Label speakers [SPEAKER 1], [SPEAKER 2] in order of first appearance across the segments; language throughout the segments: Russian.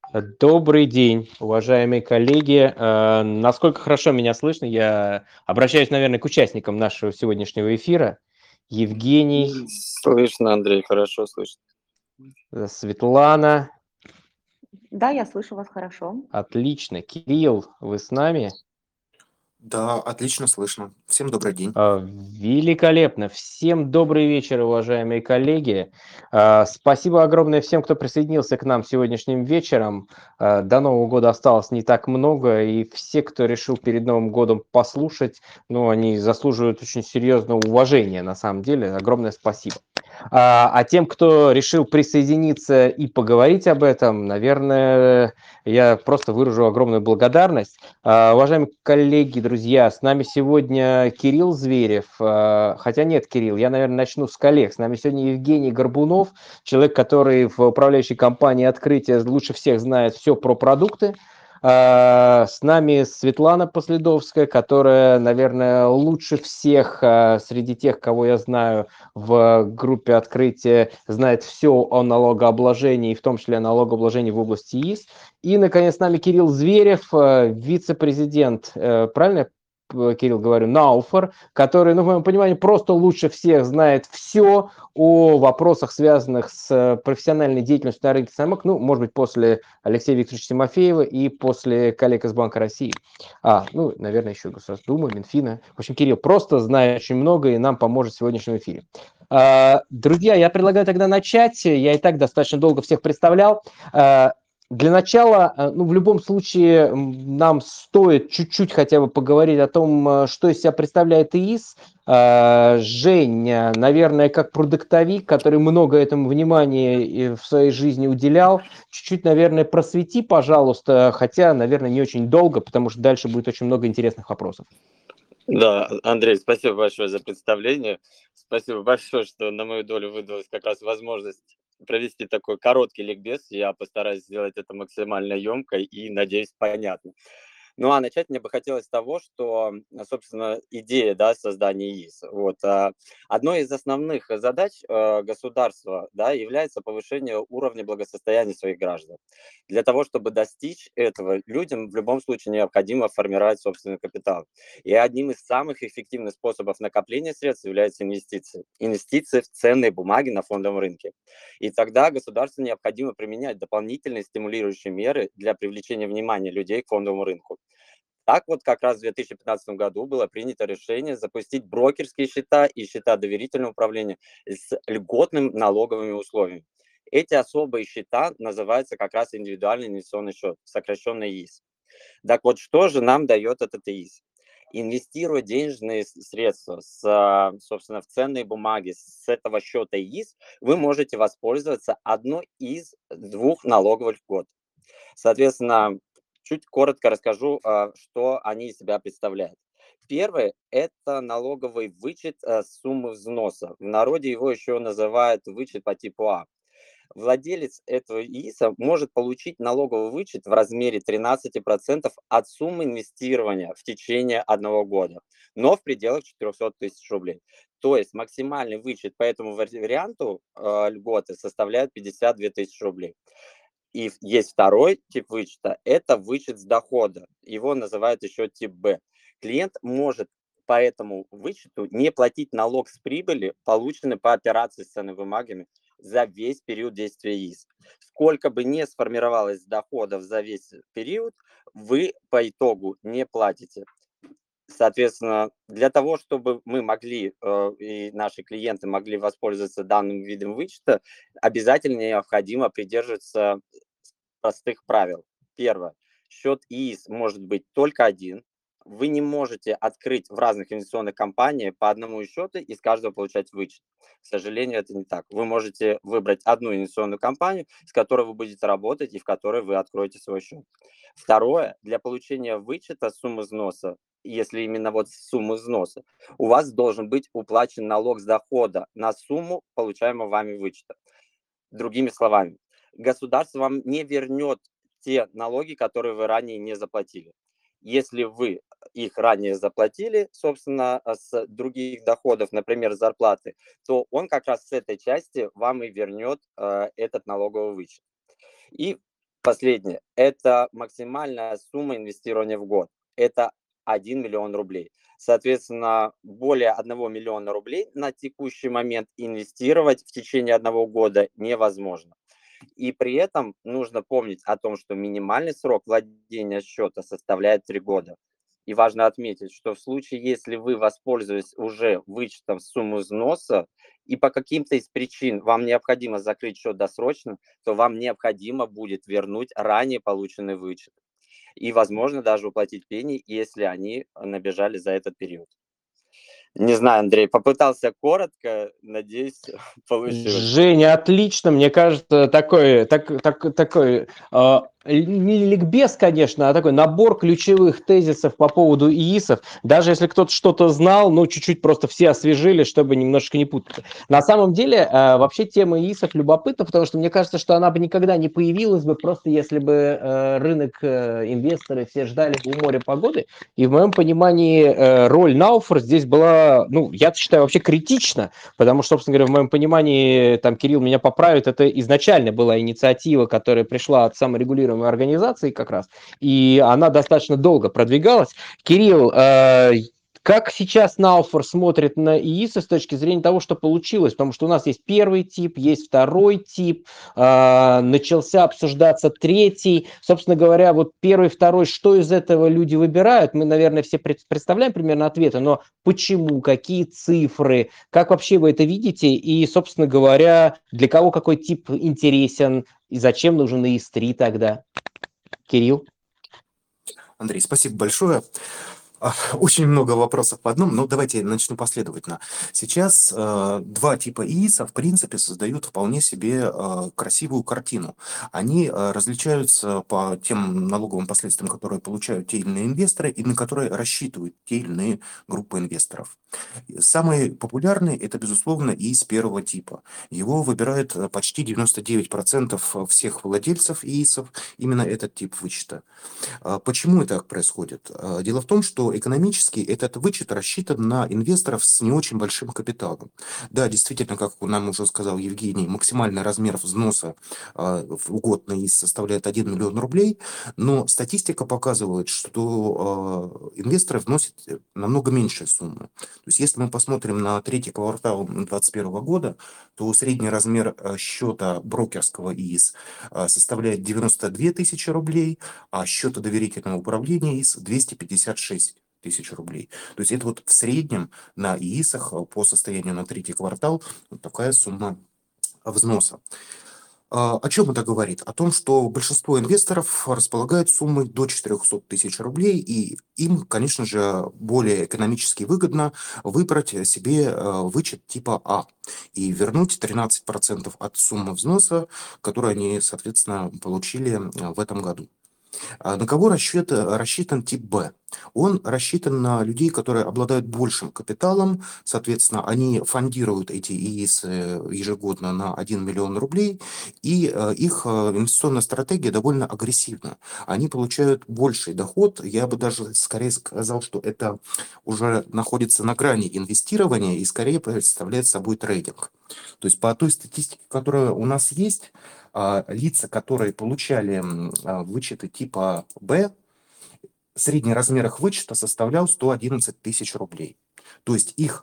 [SPEAKER 1] Добрый день, уважаемые коллеги. Насколько хорошо меня слышно, я обращаюсь, наверное, к участникам нашего сегодняшнего эфира. Евгений,
[SPEAKER 2] Слышно, Андрей, хорошо слышно.
[SPEAKER 1] Светлана,
[SPEAKER 3] Да, я слышу вас хорошо.
[SPEAKER 1] отлично. Кирилл, вы с нами?
[SPEAKER 4] Да, отлично слышно. Всем добрый день.
[SPEAKER 1] Великолепно. Всем добрый вечер, уважаемые коллеги. Спасибо огромное всем, кто присоединился к нам сегодняшним вечером. До Нового года осталось не так много, и все, кто решил перед Новым годом послушать, ну, они заслуживают очень серьезного уважения, на самом деле. Огромное спасибо. А тем, кто решил присоединиться и поговорить об этом, наверное, я просто выражу огромную благодарность. Уважаемые коллеги, друзья, с нами сегодня Кирилл Зверев. Хотя нет, Кирилл, я, наверное, начну с коллег. С нами сегодня Евгений Горбунов, человек, который в управляющей компании «Открытие» лучше всех знает все про продукты. С нами Светлана Последовская, которая, наверное, лучше всех среди тех, кого я знаю в группе «Открытие», знает все о налогообложении, в том числе о налогообложении в области ИИС. И, наконец, с нами Кирилл Зверев, вице-президент, правильно я, Кирилл, говорю, Науфор, который, ну, в моем понимании, просто лучше всех знает все о вопросах, связанных с профессиональной деятельностью на рынке самок, ну, может быть, после Алексея Викторовича Тимофеева и после коллег из Банка России. Ну, наверное, еще Государственной Думы, Минфина. В общем, Кирилл просто знает очень много и нам поможет в сегодняшнем эфире. Друзья, я предлагаю тогда начать. Я и так достаточно долго всех представлял. Для начала, ну, в любом случае, нам стоит чуть-чуть хотя бы поговорить о том, что из себя представляет ИИС. Жень, наверное, как продуктовик, который много этому внимания в своей жизни уделял, чуть-чуть, наверное, просвети, пожалуйста, хотя, наверное, не очень долго, потому что дальше будет очень много интересных вопросов.
[SPEAKER 2] Да, Андрей, спасибо большое за представление. Спасибо большое, что на мою долю выдалась как раз возможность провести такой короткий ликбез. Я постараюсь сделать это максимально емко и, надеюсь, понятно. Ну, а начать мне бы хотелось с того, что, собственно, идея, да, создания ИИС. Вот, одной из основных задач государства, да, является повышение уровня благосостояния своих граждан. Для того, чтобы достичь этого, людям в любом случае необходимо формировать собственный капитал. И одним из самых эффективных способов накопления средств является инвестиции. Инвестиции в ценные бумаги на фондовом рынке. И тогда государству необходимо применять дополнительные стимулирующие меры для привлечения внимания людей к фондовому рынку. Так вот, как раз в 2015 году было принято решение запустить брокерские счета и счета доверительного управления с льготным налоговыми условиями. Эти особые счета называются как раз индивидуальный инвестиционный счет, сокращенно ИИС. Так вот, что же нам дает этот ИИС? Инвестируя денежные средства, собственно, в ценные бумаги с этого счета ИИС, вы можете воспользоваться одной из двух налоговых льгот. Соответственно, чуть коротко расскажу, что они из себя представляют. Первый – это налоговый вычет суммы взноса. В народе его еще называют вычет по типу А. Владелец этого ИИСа может получить налоговый вычет в размере 13% от суммы инвестирования в течение 1 года, но в пределах 400 тысяч рублей. То есть максимальный вычет по этому варианту льготы составляет 52 тысячи рублей. И есть второй тип вычета – это вычет с дохода. Его называют еще тип Б. Клиент может по этому вычету не платить налог с прибыли, полученный по операции с ценными бумагами, за весь период действия ИИС. Сколько бы ни сформировалось доходов за весь период, вы по итогу не платите. Соответственно, для того, чтобы мы могли и наши клиенты могли воспользоваться данным видом вычета, обязательно необходимо придерживаться простых правил. Первое. Счет ИИС может быть только один. Вы не можете открыть в разных инвестиционных компаниях по одному счету и с каждого получать вычет. К сожалению, это не так. Вы можете выбрать одну инвестиционную компанию, с которой вы будете работать и в которой вы откроете свой счет. Второе. Для получения вычета суммы взноса, если именно вот сумму взноса, у вас должен быть уплачен налог с дохода на сумму получаемого вами вычета. Другими словами, государство вам не вернет те налоги, которые вы ранее не заплатили. Если вы их ранее заплатили, собственно, с других доходов, например, зарплаты, то он как раз с этой части вам и вернет этот налоговый вычет. И Последнее. Это максимальная сумма инвестирования в год. Это 1 миллион рублей. Соответственно, более 1 миллиона рублей на текущий момент инвестировать в течение 1 года невозможно. И при этом нужно помнить о том, что минимальный срок владения счета составляет 3 года. И важно отметить, что в случае, если вы воспользуетесь уже вычетом суммы взноса, и по каким-то из причин вам необходимо закрыть счет досрочно, то вам необходимо будет вернуть ранее полученный вычет. И, возможно, даже уплатить пени, если они набежали за этот период. Не знаю, Андрей, попытался коротко, надеюсь, получилось.
[SPEAKER 1] Женя, отлично. Мне кажется, такой не ликбез, конечно, а такой набор ключевых тезисов по поводу ИИСов. Даже если кто-то что-то знал, ну, чуть-чуть просто все освежили, чтобы немножко не путаться. На самом деле, вообще тема ИИСов любопытна, потому что мне кажется, что она бы никогда не появилась бы, просто если бы рынок, инвесторы все ждали у моря погоды. И в моем понимании роль Науфор здесь была, ну, я считаю, вообще критична. Потому что, собственно говоря, в моем понимании, там Кирилл меня поправит, это изначально была инициатива, которая пришла от саморегулируемой организации как раз, и она достаточно долго продвигалась. Кирилл, как сейчас Науфор смотрит на ИИСы с точки зрения того, что получилось? Потому что у нас есть первый тип, есть второй тип, начался обсуждаться третий. Собственно говоря, вот первый, второй, что из этого люди выбирают? Мы, наверное, все представляем примерно ответы, но почему, какие цифры, как вообще вы это видите? И, собственно говоря, для кого какой тип интересен и зачем нужен ИИС-3 тогда? Кирилл?
[SPEAKER 4] Андрей, спасибо большое. Очень много вопросов в одном, но давайте начну последовательно. Сейчас два типа ИИСа, в принципе, создают вполне себе красивую картину. Они различаются по тем налоговым последствиям, которые получают те или иные инвесторы и на которые рассчитывают те или иные группы инвесторов. Самый популярный – это, безусловно, ИИС первого типа. Его выбирает почти 99% всех владельцев ИИСов, именно этот тип вычета. Почему это так происходит? Дело в том, что экономически этот вычет рассчитан на инвесторов с не очень большим капиталом. Да, действительно, как нам уже сказал Евгений, максимальный размер взноса в год на ИИС составляет 1 миллион рублей, но статистика показывает, что инвесторы вносят намного меньшие суммы. То есть если мы посмотрим на третий квартал 2021 года, то средний размер счета брокерского ИИС составляет 92 тысячи рублей, а счета доверительного управления ИИС 256 тысяч рублей. То есть это вот в среднем на ИИСах по состоянию на третий квартал вот такая сумма взноса. О чем это говорит? О том, что большинство инвесторов располагают суммой до 400 тысяч рублей, и им, конечно же, более экономически выгодно выбрать себе вычет типа А и вернуть 13% от суммы взноса, которую они, соответственно, получили в этом году. На кого рассчитан тип Б? Он рассчитан на людей, которые обладают большим капиталом, соответственно, они фондируют эти ИИС ежегодно на 1 миллион рублей, и их инвестиционная стратегия довольно агрессивна. Они получают больший доход, я бы даже скорее сказал, что это уже находится на грани инвестирования и скорее представляет собой трейдинг. То есть по той статистике, которая у нас есть, лица, которые получали вычеты типа Б, средний размер их вычета составлял 111 тысяч рублей. То есть их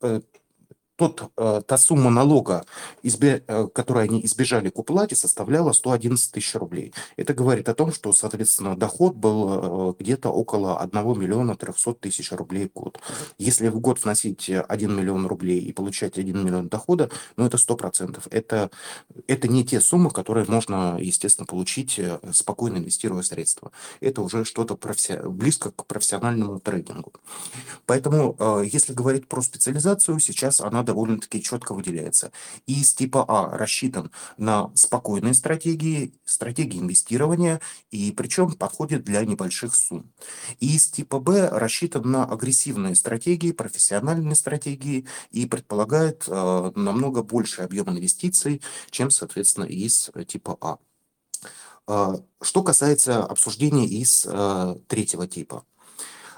[SPEAKER 4] та сумма налога, которую они избежали к уплате, составляла 111 тысяч рублей. Это говорит о том, что, соответственно, доход был где-то около 1 миллиона 300 тысяч рублей в год. Если в год вносить 1 миллион рублей и получать 1 миллион дохода, ну это 100%. Это не те суммы, которые можно, естественно, получить, спокойно инвестируя средства. Это уже что-то близко к профессиональному трейдингу. Поэтому, если говорить про специализацию, сейчас она довольно-таки четко выделяется. ИИС типа А рассчитан на спокойные стратегии инвестирования, и причем подходит для небольших сумм. ИИС типа Б рассчитан на агрессивные стратегии, профессиональные стратегии и предполагает намного больше объем инвестиций, чем, соответственно, ИИС типа А. Что касается обсуждения ИИС третьего типа.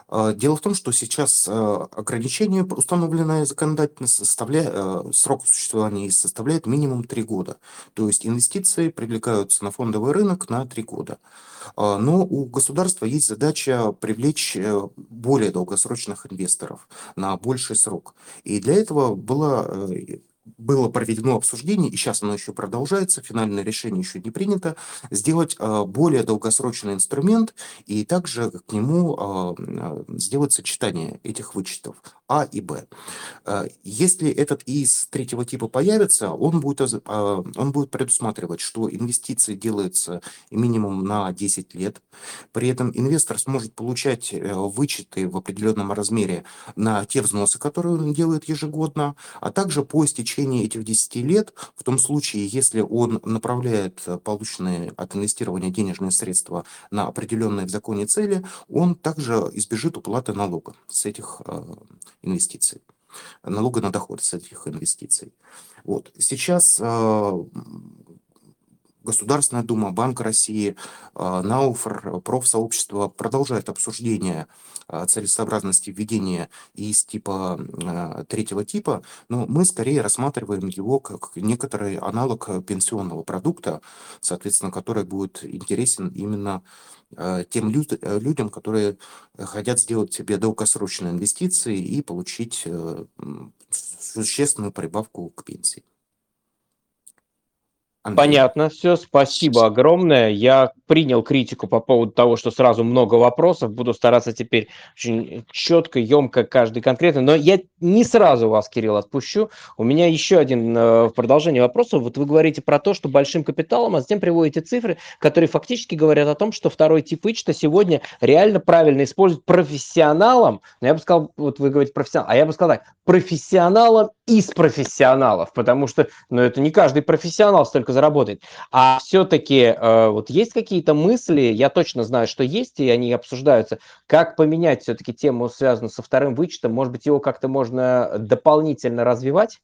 [SPEAKER 4] Дело в том, что сейчас ограничение, установленное законодательно, срок существования ИИС составляет минимум 3 года. То есть инвестиции привлекаются на фондовый рынок на 3 года. Но у государства есть задача привлечь более долгосрочных инвесторов на больший срок. И для этого было проведено обсуждение, и сейчас оно еще продолжается, финальное решение еще не принято, сделать более долгосрочный инструмент и также к нему сделать сочетание этих вычетов А и Б. Если этот ИИС третьего типа появится, он будет предусматривать, что инвестиции делаются минимум на 10 лет. При этом инвестор сможет получать вычеты в определенном размере на те взносы, которые он делает ежегодно, а также по истечении этих 10 лет, в том случае, если он направляет полученные от инвестирования денежные средства на определенные в законе цели, он также избежит уплаты налога с этих инвестиций, налога на доход с этих инвестиций. Вот. Сейчас Государственная Дума, Банк России, НАУФР, профсообщество продолжает обсуждение целесообразности введения ИИС третьего типа, но мы скорее рассматриваем его как некоторый аналог пенсионного продукта, соответственно, который будет интересен именно тем людям, которые хотят сделать себе долгосрочные инвестиции и получить существенную прибавку к пенсии. Андрей.
[SPEAKER 1] Понятно, все, спасибо огромное. Я принял критику по поводу того, что сразу много вопросов. Буду стараться теперь очень четко, емко, каждый конкретно. Но я не сразу вас, Кирилл, отпущу. У меня еще один в продолжение вопроса. Вот вы говорите про то, что большим капиталом, а затем приводите цифры, которые фактически говорят о том, что второй тип вычета сегодня реально правильно использовать профессионалам. Но я бы сказал, вот вы говорите профессионал, а я бы сказал так, профессионалам из профессионалов, потому что, это не каждый профессионал столько заработает. А все-таки вот есть какие-то мысли, я точно знаю, что есть, и они обсуждаются, как поменять все-таки тему, связанную со вторым вычетом, может быть, его как-то можно дополнительно развивать?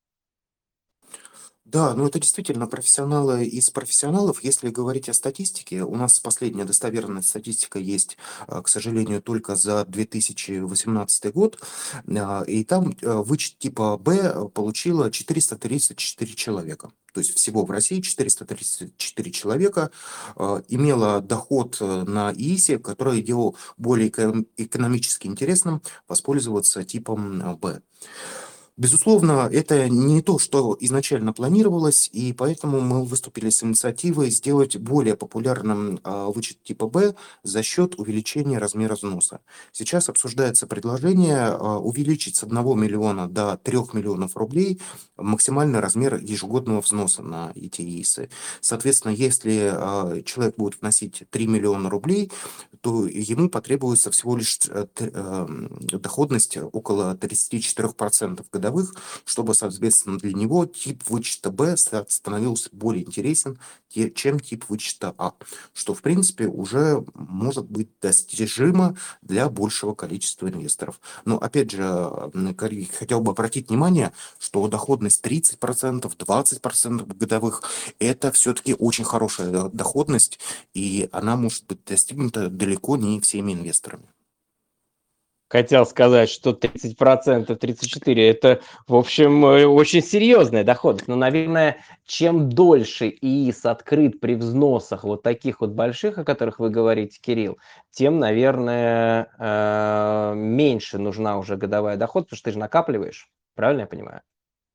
[SPEAKER 4] Да, это действительно профессионалы из профессионалов. Если говорить о статистике, у нас последняя достоверная статистика есть, к сожалению, только за 2018 год, и там вычет типа Б получило 434 человека. То есть всего в России 434 человека имело доход на ИИСе, который делал более экономически интересным воспользоваться типом Б. Безусловно, это не то, что изначально планировалось, и поэтому мы выступили с инициативой сделать более популярным вычет типа Б за счет увеличения размера взноса. Сейчас обсуждается предложение увеличить с 1 миллиона до 3 миллионов рублей максимальный размер ежегодного взноса на эти ИИСы. Соответственно, если человек будет вносить 3 миллиона рублей, то ему потребуется всего лишь доходность около 34% годовых, чтобы, соответственно, для него тип вычета Б становился более интересен, чем тип вычета А, что, в принципе, уже может быть достижимо для большего количества инвесторов. Но, опять же, хотел бы обратить внимание, что доходность 30%, 20% годовых – это все-таки очень хорошая доходность, и она может быть достигнута далеко не всеми инвесторами.
[SPEAKER 1] Хотел сказать, что 30%, 34% это, в общем, очень серьезная доходность. Но, наверное, чем дольше ИИС открыт при взносах вот таких вот больших, о которых вы говорите, Кирилл, тем, наверное, меньше нужна уже годовая доходность, потому что ты же накапливаешь. Правильно я понимаю?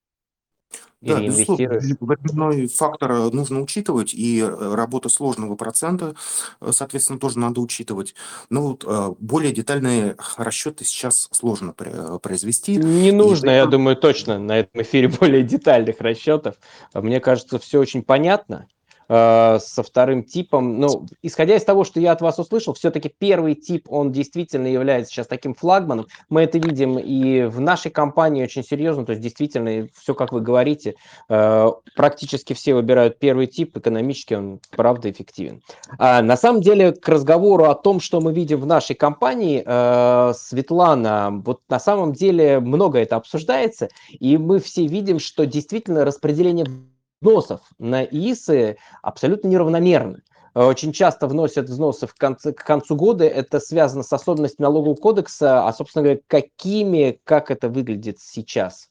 [SPEAKER 1] И
[SPEAKER 4] Да, безусловно,
[SPEAKER 1] реинвестируешь.
[SPEAKER 4] временной фактор нужно учитывать, и работа сложного процента, соответственно, тоже надо учитывать. Но более детальные расчеты сейчас сложно произвести.
[SPEAKER 1] Не
[SPEAKER 4] И
[SPEAKER 1] нужно, я
[SPEAKER 4] поэтому
[SPEAKER 1] думаю, точно на этом эфире более детальных расчетов. Мне кажется, все очень понятно. Со вторым типом, исходя из того, что я от вас услышал, все-таки первый тип, он действительно является сейчас таким флагманом. Мы это видим и в нашей компании очень серьезно, то есть действительно, все, как вы говорите, практически все выбирают первый тип, экономически он, правда, эффективен. На самом деле, к разговору о том, что мы видим в нашей компании, Светлана, вот на самом деле много это обсуждается, и мы все видим, что действительно распределение взносов на ИИСы абсолютно неравномерны. очень часто вносят взносы к концу года. Это связано с особенностями налогового кодекса. А, собственно говоря, как это выглядит сейчас?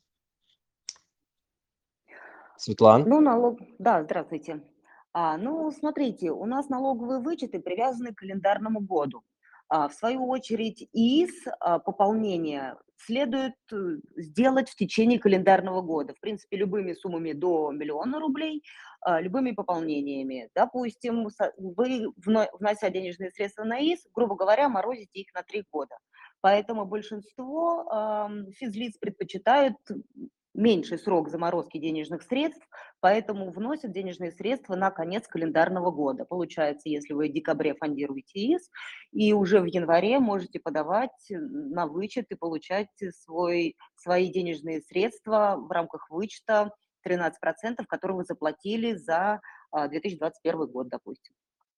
[SPEAKER 1] Светлана?
[SPEAKER 3] Да, здравствуйте. Смотрите, у нас налоговые вычеты привязаны к календарному году. В свою очередь, пополнение следует сделать в течение календарного года. В принципе, любыми суммами до 1 000 000 рублей, любыми пополнениями. Допустим, вы, внося денежные средства на ИИС, грубо говоря, морозите их на 3 года. Поэтому большинство физлиц предпочитают меньший срок заморозки денежных средств, поэтому вносят денежные средства на конец календарного года. Получается, если вы в декабре фондируете ИИС, и уже в январе можете подавать на вычет и получать свои денежные средства в рамках вычета 13%, которые вы заплатили за 2021 год, допустим.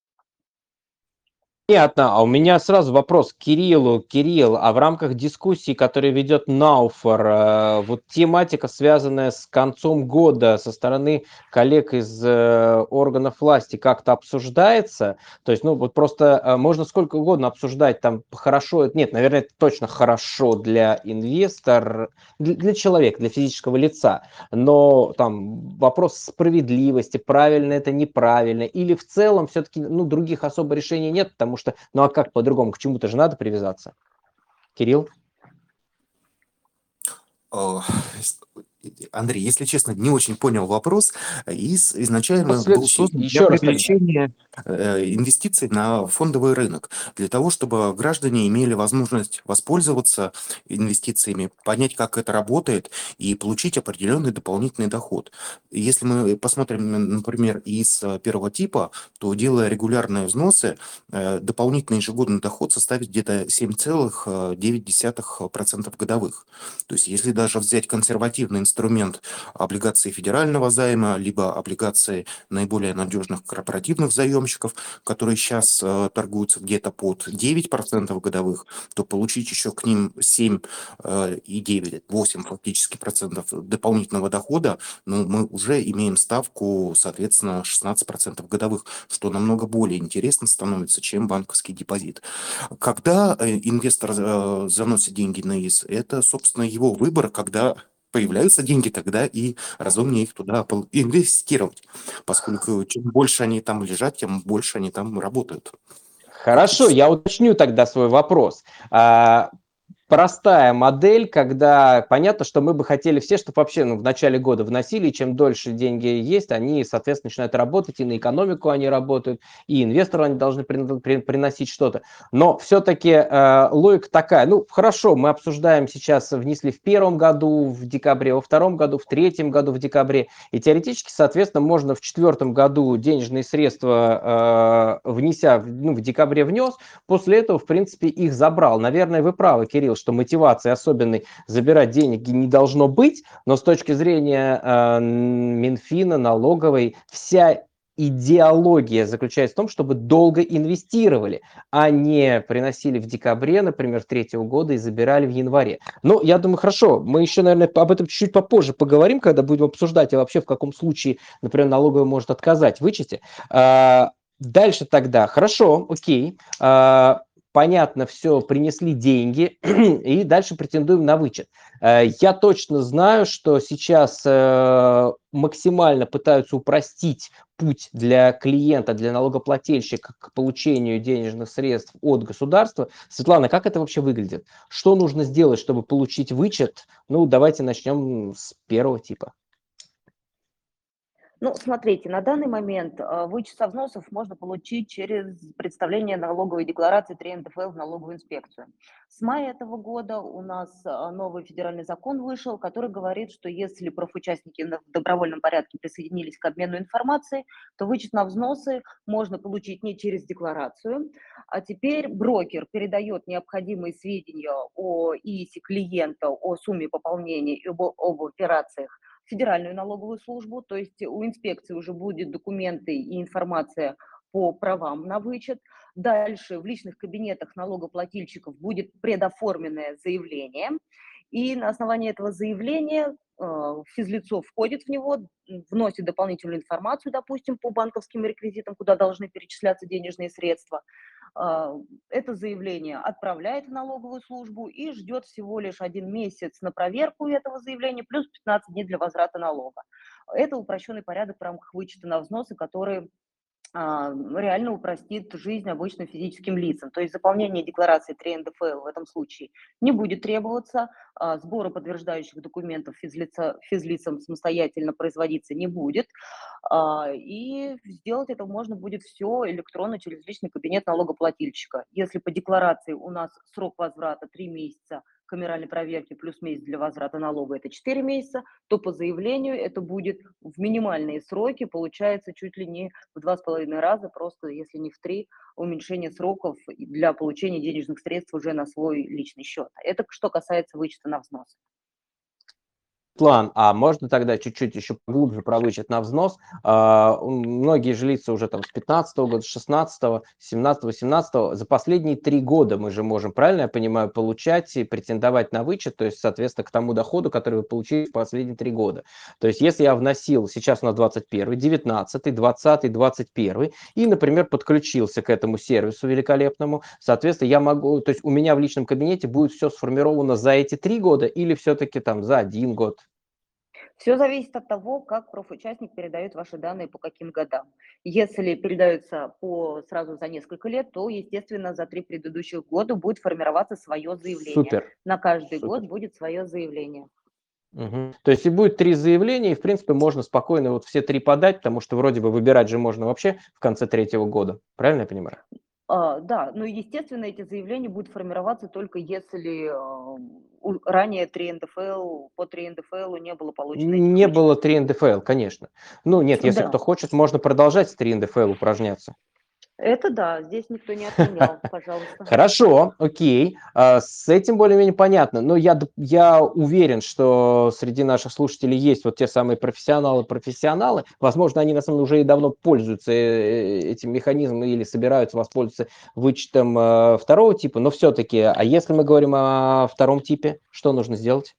[SPEAKER 1] Понятно. А у меня сразу вопрос к Кириллу. Кирилл, а в рамках дискуссии, которую ведет Науфор, вот тематика, связанная с концом года со стороны коллег из органов власти, как-то обсуждается? То есть, ну, вот просто можно сколько угодно обсуждать, там, хорошо, нет, наверное, это точно хорошо для инвестора, для человека, для физического лица, но там вопрос справедливости, правильно это, неправильно, или в целом все-таки, ну, других особо решений нет, потому что, ну, а как по-другому, к чему-то же надо привязаться. Кирилл?
[SPEAKER 4] О, Андрей, если честно, не очень понял вопрос. Изначально был
[SPEAKER 1] Следующий,
[SPEAKER 4] создан для
[SPEAKER 1] еще раз тогда.
[SPEAKER 4] привлечения инвестиций на фондовый рынок, для того, чтобы граждане имели возможность воспользоваться инвестициями, понять, как это работает, и получить определенный дополнительный доход. Если мы посмотрим, например, из первого типа, то, делая регулярные взносы, дополнительный ежегодный доход составит где-то 7,9% годовых. То есть, если даже взять консервативный инструмент облигации федерального займа, либо облигации наиболее надежных корпоративных заемщиков, которые сейчас торгуются где-то под 9% годовых, то получить еще к ним 7,9, 8 фактически процентов дополнительного дохода, ну, мы уже имеем ставку, соответственно, 16% годовых, что намного более интересно становится, чем банковский депозит. Когда инвестор заносит деньги на ИИС, это, собственно, его выбор, когда появляются деньги, тогда и разумнее их туда инвестировать, поскольку чем больше они там лежат, тем больше они там работают.
[SPEAKER 1] Хорошо, я уточню тогда свой вопрос. Простая модель, когда понятно, что мы бы хотели все, чтобы вообще в начале года вносили, и чем дольше деньги есть, они, соответственно, начинают работать, и на экономику они работают, и инвестору они должны приносить что-то. Но все-таки логика такая, ну, хорошо, мы обсуждаем сейчас, внесли в первом году в декабре, во втором году, в третьем году в декабре, и теоретически, соответственно, можно в четвертом году денежные средства, внеся, в декабре внес, после этого, в принципе, их забрал. Наверное, вы правы, Кирилл, что мотивации особенной забирать деньги не должно быть, но с точки зрения Минфина, налоговой, вся идеология заключается в том, чтобы долго инвестировали, а не приносили в декабре, например, третьего года и забирали в январе. Ну, я думаю, хорошо, мы еще, наверное, об этом чуть-чуть попозже поговорим, когда будем обсуждать, а вообще в каком случае, например, налоговая может отказать в вычете. Дальше тогда, хорошо, окей, понятно, все, принесли деньги, и дальше претендуем на вычет. Я точно знаю, что сейчас максимально пытаются упростить путь для клиента, для налогоплательщика к получению денежных средств от государства. Светлана, как это вообще выглядит? Что нужно сделать, чтобы получить вычет? Ну, давайте начнем с первого типа.
[SPEAKER 3] Смотрите, на данный момент вычет со взносов можно получить через представление налоговой декларации 3 НДФЛ в налоговую инспекцию. С мая этого года у нас новый федеральный закон вышел, который говорит, что если профучастники в добровольном порядке присоединились к обмену информацией, то вычет на взносы можно получить не через декларацию, а теперь брокер передает необходимые сведения о ИИСе клиента, о сумме пополнения и об операциях Федеральную налоговую службу, то есть у инспекции уже будут документы и информация по правам на вычет. Дальше в личных кабинетах налогоплательщиков будет предоформленное заявление, И на основании этого заявления физлицо входит в него, вносит дополнительную информацию, допустим, по банковским реквизитам, куда должны перечисляться денежные средства. Это заявление отправляет в налоговую службу и ждет всего лишь 1 месяц на проверку этого заявления, плюс 15 дней для возврата налога. Это упрощенный порядок в рамках вычета на взносы, который реально упростит жизнь обычным физическим лицам. То есть заполнение декларации 3 НДФЛ в этом случае не будет требоваться, сбора подтверждающих документов физлицам самостоятельно производиться не будет, и сделать это можно будет все электронно через личный кабинет налогоплательщика. Если по декларации у нас срок возврата 3 месяца, камеральной проверки плюс месяц для возврата налога – это 4 месяца, то по заявлению это будет в минимальные сроки, получается чуть ли не в 2,5 раза, просто если не в 3, уменьшение сроков для получения денежных средств уже на свой личный счет. Это что касается вычета на взнос.
[SPEAKER 1] План, а можно тогда чуть-чуть еще глубже про вычет на взнос? Многие же лица уже там с 15 года, с 16, 17, 18, за последние 3 года мы же можем, правильно я понимаю, получать и претендовать на вычет, то есть, соответственно, к тому доходу, который вы получили в последние 3 года. То есть, если я вносил, сейчас у нас 21, 19, 20, 21, и, например, подключился к этому сервису великолепному, соответственно, я могу, то есть у меня в личном кабинете будет все сформировано за эти 3 года или все-таки там за 1 год?
[SPEAKER 3] Все зависит от того, как профучастник передает ваши данные по каким годам. Если передаются сразу за несколько лет, то, естественно, за 3 предыдущих года будет формироваться свое заявление.
[SPEAKER 1] Супер.
[SPEAKER 3] На каждый год
[SPEAKER 1] Супер.
[SPEAKER 3] будет свое заявление.
[SPEAKER 1] Мгм. То есть и будет 3 заявления, и, в принципе, можно спокойно вот все 3 подать, потому что вроде бы выбирать же можно вообще в конце 3-го года. Правильно я понимаю?
[SPEAKER 3] Да, но, естественно, эти заявления будут формироваться только если ранее 3 НДФЛ, по 3 НДФЛ не было получено этих
[SPEAKER 1] Не
[SPEAKER 3] вычетов.
[SPEAKER 1] было 3 НДФЛ, конечно. Ну нет, если
[SPEAKER 3] Да,
[SPEAKER 1] кто хочет, можно продолжать с 3 НДФЛ упражняться.
[SPEAKER 3] это да, здесь никто не отменял, пожалуйста.
[SPEAKER 1] Хорошо, окей, с этим более-менее понятно, но я уверен, что среди наших слушателей есть вот те самые профессионалы, возможно, они на самом деле уже и давно пользуются этим механизмом или собираются воспользоваться вычетом 2-го типа, но все-таки, а если мы говорим о 2-м типе, что нужно сделать?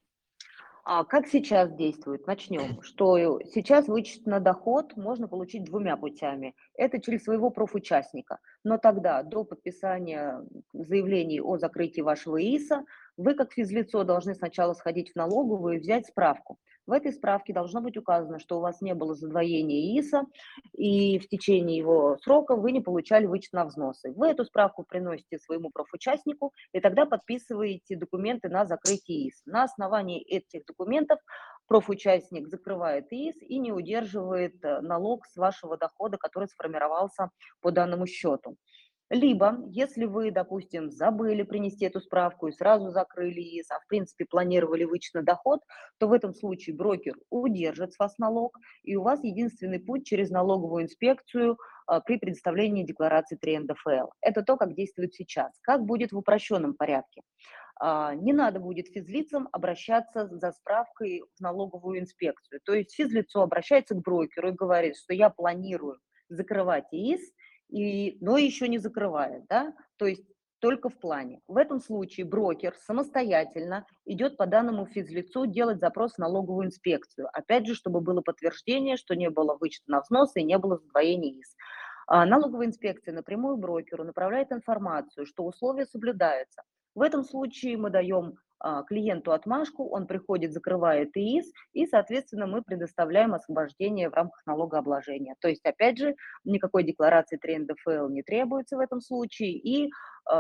[SPEAKER 3] Как сейчас действует? Начнем. Что сейчас вычет на доход можно получить 2 путями. Это через своего профучастника. Но тогда до подписания заявлений о закрытии вашего ИИСа вы как физлицо должны сначала сходить в налоговую и взять справку. В этой справке должно быть указано, что у вас не было задвоения ИИСа, и в течение его срока вы не получали вычет на взносы. Вы эту справку приносите своему профучастнику, и тогда подписываете документы на закрытие ИИС. На основании этих документов профучастник закрывает ИИС и не удерживает налог с вашего дохода, который сформировался по данному счету. Либо, если вы, допустим, забыли принести эту справку и сразу закрыли ИИС, а в принципе планировали вычет на доход, то в этом случае брокер удержит с вас налог, и у вас единственный путь через налоговую инспекцию при предоставлении декларации 3 НДФЛ. Это то, как действует сейчас. Как будет в упрощенном порядке? Не надо будет физлицам обращаться за справкой в налоговую инспекцию. То есть физлицо обращается к брокеру и говорит, что я планирую закрывать ИИС, но еще не закрывает, да, то есть только в плане. В этом случае брокер самостоятельно идет по данному физлицу делать запрос в налоговую инспекцию. Опять же, чтобы было подтверждение, что не было вычета на взносы и не было задвоения ИИС. Налоговая инспекция напрямую брокеру направляет информацию, что условия соблюдаются. В этом случае мы даем клиенту отмашку, он приходит, закрывает ИИС, и, соответственно, мы предоставляем освобождение в рамках налогообложения. То есть, опять же, никакой декларации 3 НДФЛ не требуется в этом случае, и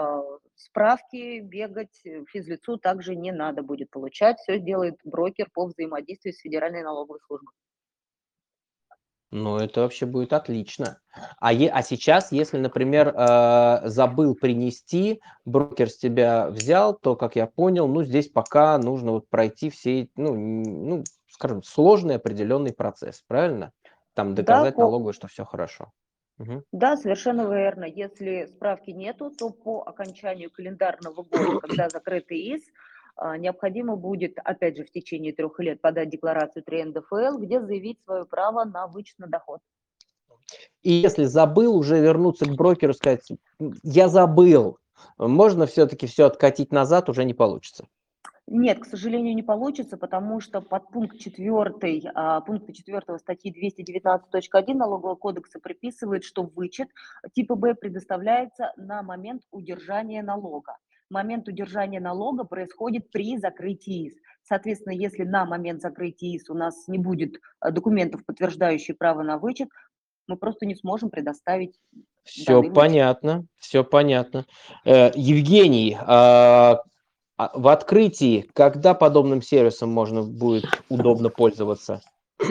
[SPEAKER 3] справки бегать физлицу также не надо будет получать. Все делает брокер по взаимодействию с Федеральной налоговой службой.
[SPEAKER 1] Ну, это вообще будет отлично. А сейчас, если, например, забыл принести, брокер с тебя взял, то, как я понял, ну, здесь пока нужно вот пройти все, ну, скажем, сложный определенный процесс, правильно? Там
[SPEAKER 3] Да,
[SPEAKER 1] доказать налоговой, что все хорошо. Мгм.
[SPEAKER 3] Да, совершенно верно. Если справки нету, то по окончанию календарного года, когда закрытый ИИС, необходимо будет, опять же, в течение 3 лет подать декларацию 3 НДФЛ, где заявить свое право на вычет на доход.
[SPEAKER 1] И если забыл, уже вернуться к брокеру, сказать, я забыл, можно все-таки все откатить назад, уже не получится.
[SPEAKER 3] Нет, к сожалению, не получится, потому что подпункт 4, пункта 4 статьи 219.1 Налогового кодекса приписывает, что вычет типа Б предоставляется на момент удержания налога. Момент удержания налога происходит при закрытии ИС. Соответственно, если на момент закрытия ИС у нас не будет документов, подтверждающих право на вычет, мы просто не сможем предоставить
[SPEAKER 1] Все
[SPEAKER 3] данный вычет.
[SPEAKER 1] понятно, все понятно. Евгений, в открытии, когда подобным сервисом можно будет удобно пользоваться?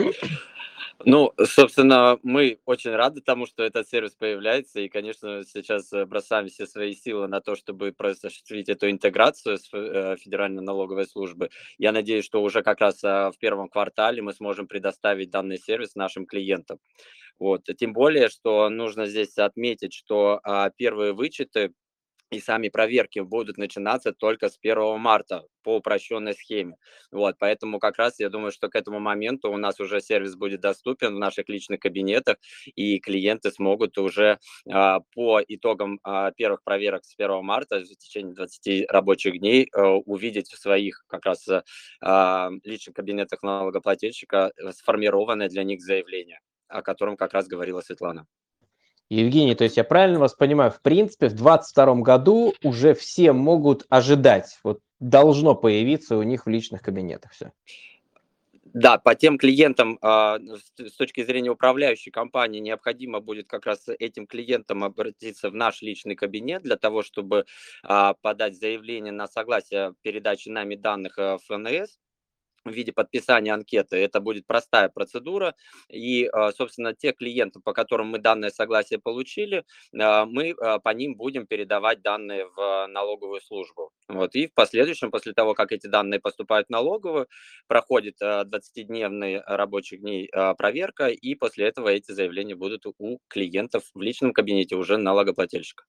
[SPEAKER 2] Ну, собственно, мы очень рады тому, что этот сервис появляется, и, конечно, сейчас бросаем все свои силы на то, чтобы просто осуществить эту интеграцию с Федеральной налоговой службы. Я надеюсь, что уже как раз в первом квартале мы сможем предоставить данный сервис нашим клиентам. Вот. Тем более, что нужно здесь отметить, что первые вычеты и сами проверки будут начинаться только с 1 марта по упрощенной схеме. Вот, поэтому как раз я думаю, что к этому моменту у нас уже сервис будет доступен в наших личных кабинетах, и клиенты смогут уже по итогам первых проверок с 1 марта в течение 20 рабочих дней увидеть в своих как раз личных кабинетах налогоплательщика сформированное для них заявление, о котором как раз говорила Светлана.
[SPEAKER 1] Евгений, то есть я правильно вас понимаю, в принципе, в 2022 году уже все могут ожидать, вот должно появиться у них в личных кабинетах все.
[SPEAKER 2] Да, по тем клиентам, с точки зрения управляющей компании, необходимо будет как раз этим клиентам обратиться в наш личный кабинет для того, чтобы подать заявление на согласие передачи нами данных в ФНС в виде подписания анкеты. Это будет простая процедура. И, собственно, те клиенты, по которым мы данное согласие получили, мы по ним будем передавать данные в налоговую службу. Вот. И в последующем, после того, как эти данные поступают в налоговую, проходит 20-дневный рабочих дней проверка, и после этого эти заявления будут у клиентов в личном кабинете уже налогоплательщика.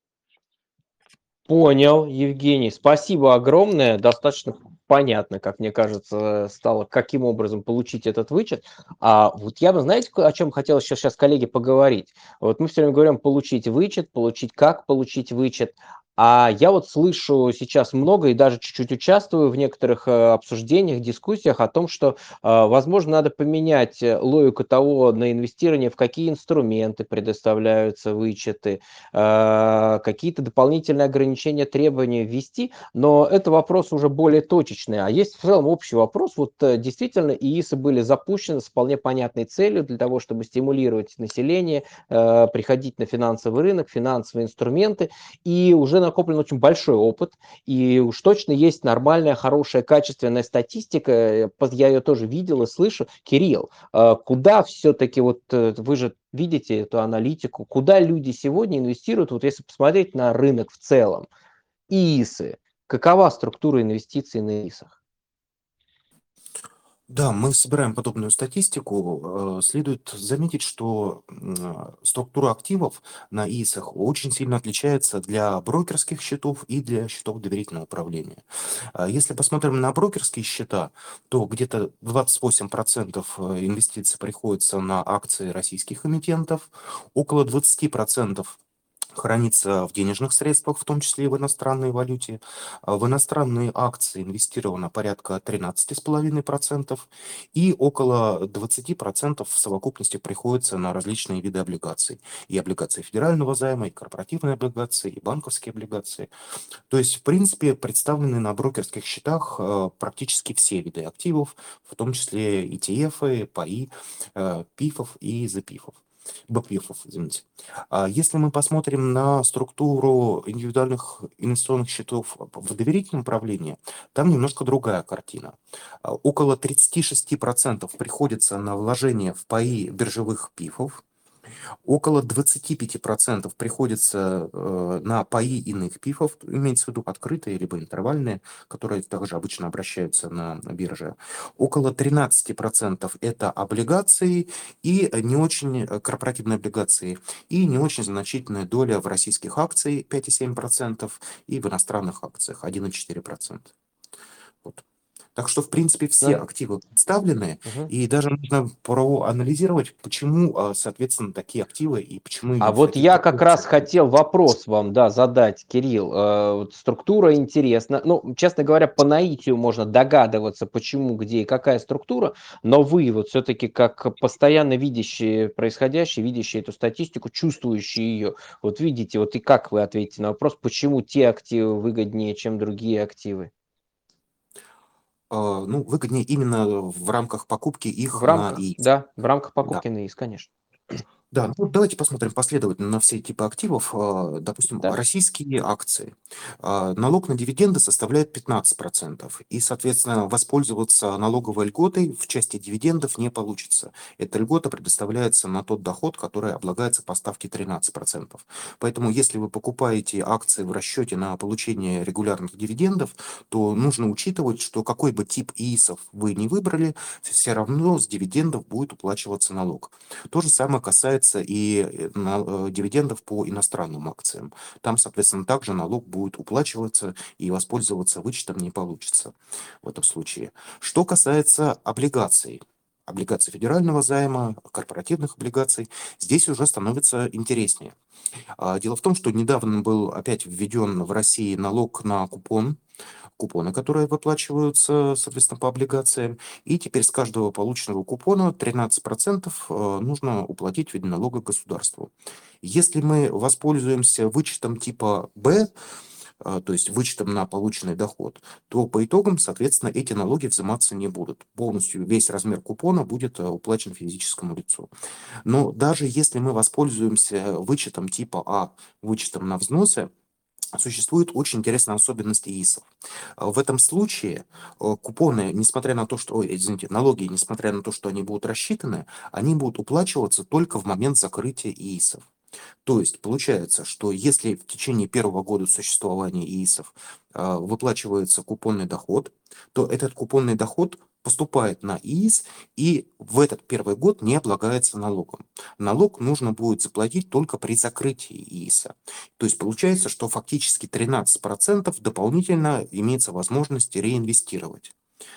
[SPEAKER 1] Понял, Евгений. Спасибо огромное. Достаточно понятно, как мне кажется, стало, каким образом получить этот вычет. А вот я бы, знаете, о чем хотел сейчас коллеги поговорить? Вот мы все время говорим получить вычет, получить как получить вычет. А я вот слышу сейчас много и даже чуть-чуть участвую в некоторых обсуждениях, дискуссиях о том, что, возможно, надо поменять логику того на инвестирование, в какие инструменты предоставляются вычеты, какие-то дополнительные ограничения, требования ввести, но это вопрос уже более точечный. А есть в целом общий вопрос. Вот действительно ИИСы были запущены с вполне понятной целью для того, чтобы стимулировать население, приходить на финансовый рынок, финансовые инструменты, и уже накоплен очень большой опыт, и уж точно есть нормальная, хорошая, качественная статистика, я ее тоже видел и слышу. Кирилл, куда все-таки, вот вы же видите эту аналитику, куда люди сегодня инвестируют, вот если посмотреть на рынок в целом, ИИСы, какова структура инвестиций на ИИСах?
[SPEAKER 4] Да, мы собираем подобную статистику. Следует заметить, что структура активов на ИИСах очень сильно отличается для брокерских счетов и для счетов доверительного управления. Если посмотрим на брокерские счета, то где-то 28% инвестиций приходится на акции российских эмитентов, около 20% хранится в денежных средствах, в том числе и в иностранной валюте. В иностранные акции инвестировано порядка 13,5%, и около 20% в совокупности приходится на различные виды облигаций. И облигации федерального займа, и корпоративные облигации, и банковские облигации. То есть, в принципе, представлены на брокерских счетах практически все виды активов, в том числе ETF, ПАИ, ПИФов и ЗПИФов. БПИФов, извините. Если мы посмотрим на структуру индивидуальных инвестиционных счетов в доверительном управлении, там немножко другая картина. Около 36% приходится на вложение в ПАИ биржевых ПИФов, около 25% приходится на паи иных ПИФов, имеется в виду открытые либо интервальные, которые также обычно обращаются на бирже. Около 13% это облигации и не очень корпоративные облигации, и не очень значительная доля в российских акциях 5,7% и в иностранных акциях 1,4%. Вот. Так что, в принципе, все
[SPEAKER 1] Ну,
[SPEAKER 4] активы представлены,
[SPEAKER 1] мгм.
[SPEAKER 4] и даже нужно проанализировать, почему, соответственно, такие активы и почему
[SPEAKER 1] А
[SPEAKER 4] именно в
[SPEAKER 1] вот
[SPEAKER 4] таких
[SPEAKER 1] я как раз
[SPEAKER 4] пропорциях.
[SPEAKER 1] хотел вопрос вам, да, задать, Кирилл. Вот структура интересна. Ну, честно говоря, по наитию можно догадываться, почему, где и какая структура, но вы вот все-таки как постоянно видящие происходящее, видящие эту статистику, чувствующие ее, вот видите, вот и как вы ответите на вопрос, почему те активы выгоднее, чем другие активы?
[SPEAKER 4] Ну, выгоднее именно в рамках покупки
[SPEAKER 1] В
[SPEAKER 4] их на
[SPEAKER 1] рамках,
[SPEAKER 4] ИИС.
[SPEAKER 1] да, в рамках
[SPEAKER 4] Да.
[SPEAKER 1] покупки на ИИС, конечно.
[SPEAKER 4] Да, ну давайте посмотрим последовательно на все типы активов. Допустим,
[SPEAKER 1] Да.
[SPEAKER 4] российские акции. Налог на дивиденды составляет 15%. И, соответственно, воспользоваться налоговой льготой в части дивидендов не получится. Эта льгота предоставляется на тот доход, который облагается по ставке 13%. Поэтому, если вы покупаете акции в расчете на получение регулярных дивидендов, то нужно учитывать, что какой бы тип ИИСов вы не выбрали, все равно с дивидендов будет уплачиваться налог. То же самое касается и дивидендов по иностранным акциям. Там, соответственно, также налог будет уплачиваться, и воспользоваться вычетом не получится в этом случае. Что касается облигаций, облигаций федерального займа, корпоративных облигаций, здесь уже становится интереснее. Дело в том, что недавно был опять введен в России налог на купоны, которые выплачиваются, соответственно, по облигациям. И теперь с каждого полученного купона 13% нужно уплатить в виде налога государству. Если мы воспользуемся вычетом типа Б, то есть вычетом на полученный доход, то по итогам, соответственно, эти налоги взиматься не будут. Полностью весь размер купона будет уплачен физическому лицу. Но даже если мы воспользуемся вычетом типа А, вычетом на взносы, существует очень интересная особенность ИИСов. В этом случае купоны, несмотря на то, что, извините, налоги, несмотря на то, что они будут рассчитаны, они будут уплачиваться только в момент закрытия ИИСов. То есть получается, что если в течение первого года существования ИИСов выплачивается купонный доход, то этот купонный доход поступает на ИИС и в этот первый год не облагается налогом. Налог нужно будет заплатить только при закрытии ИИСа. То есть получается, что фактически 13% дополнительно имеется возможность реинвестировать.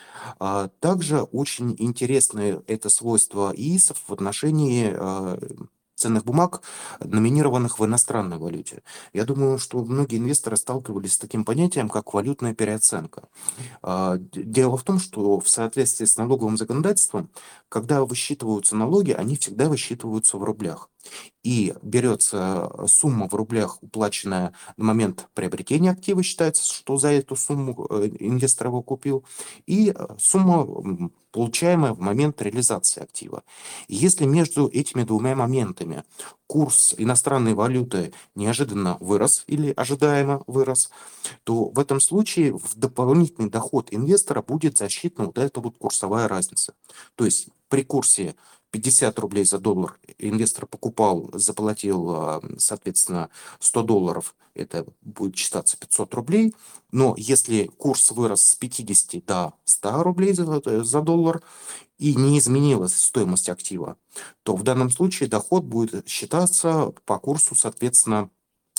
[SPEAKER 4] Также очень интересное это свойство ИИСов в отношении ценных бумаг, номинированных в иностранной валюте. Я думаю, что многие инвесторы сталкивались с таким понятием, как валютная переоценка. Дело в том, что в соответствии с налоговым законодательством, когда высчитываются налоги, они всегда высчитываются в рублях. И берется сумма в рублях, уплаченная на момент приобретения актива, считается, что за эту сумму инвестор его купил, и сумма, получаемая в момент реализации актива. И если между этими двумя моментами курс иностранной валюты неожиданно вырос или ожидаемо вырос, то в этом случае в дополнительный доход инвестора будет засчитана вот эта вот курсовая разница. То есть при курсе 50 рублей за доллар инвестор покупал, заплатил, соответственно, 100 долларов, это будет считаться 500 рублей. Но если курс вырос с 50 до 100 рублей за доллар и не изменилась стоимость актива, то в данном случае доход будет считаться по курсу, соответственно,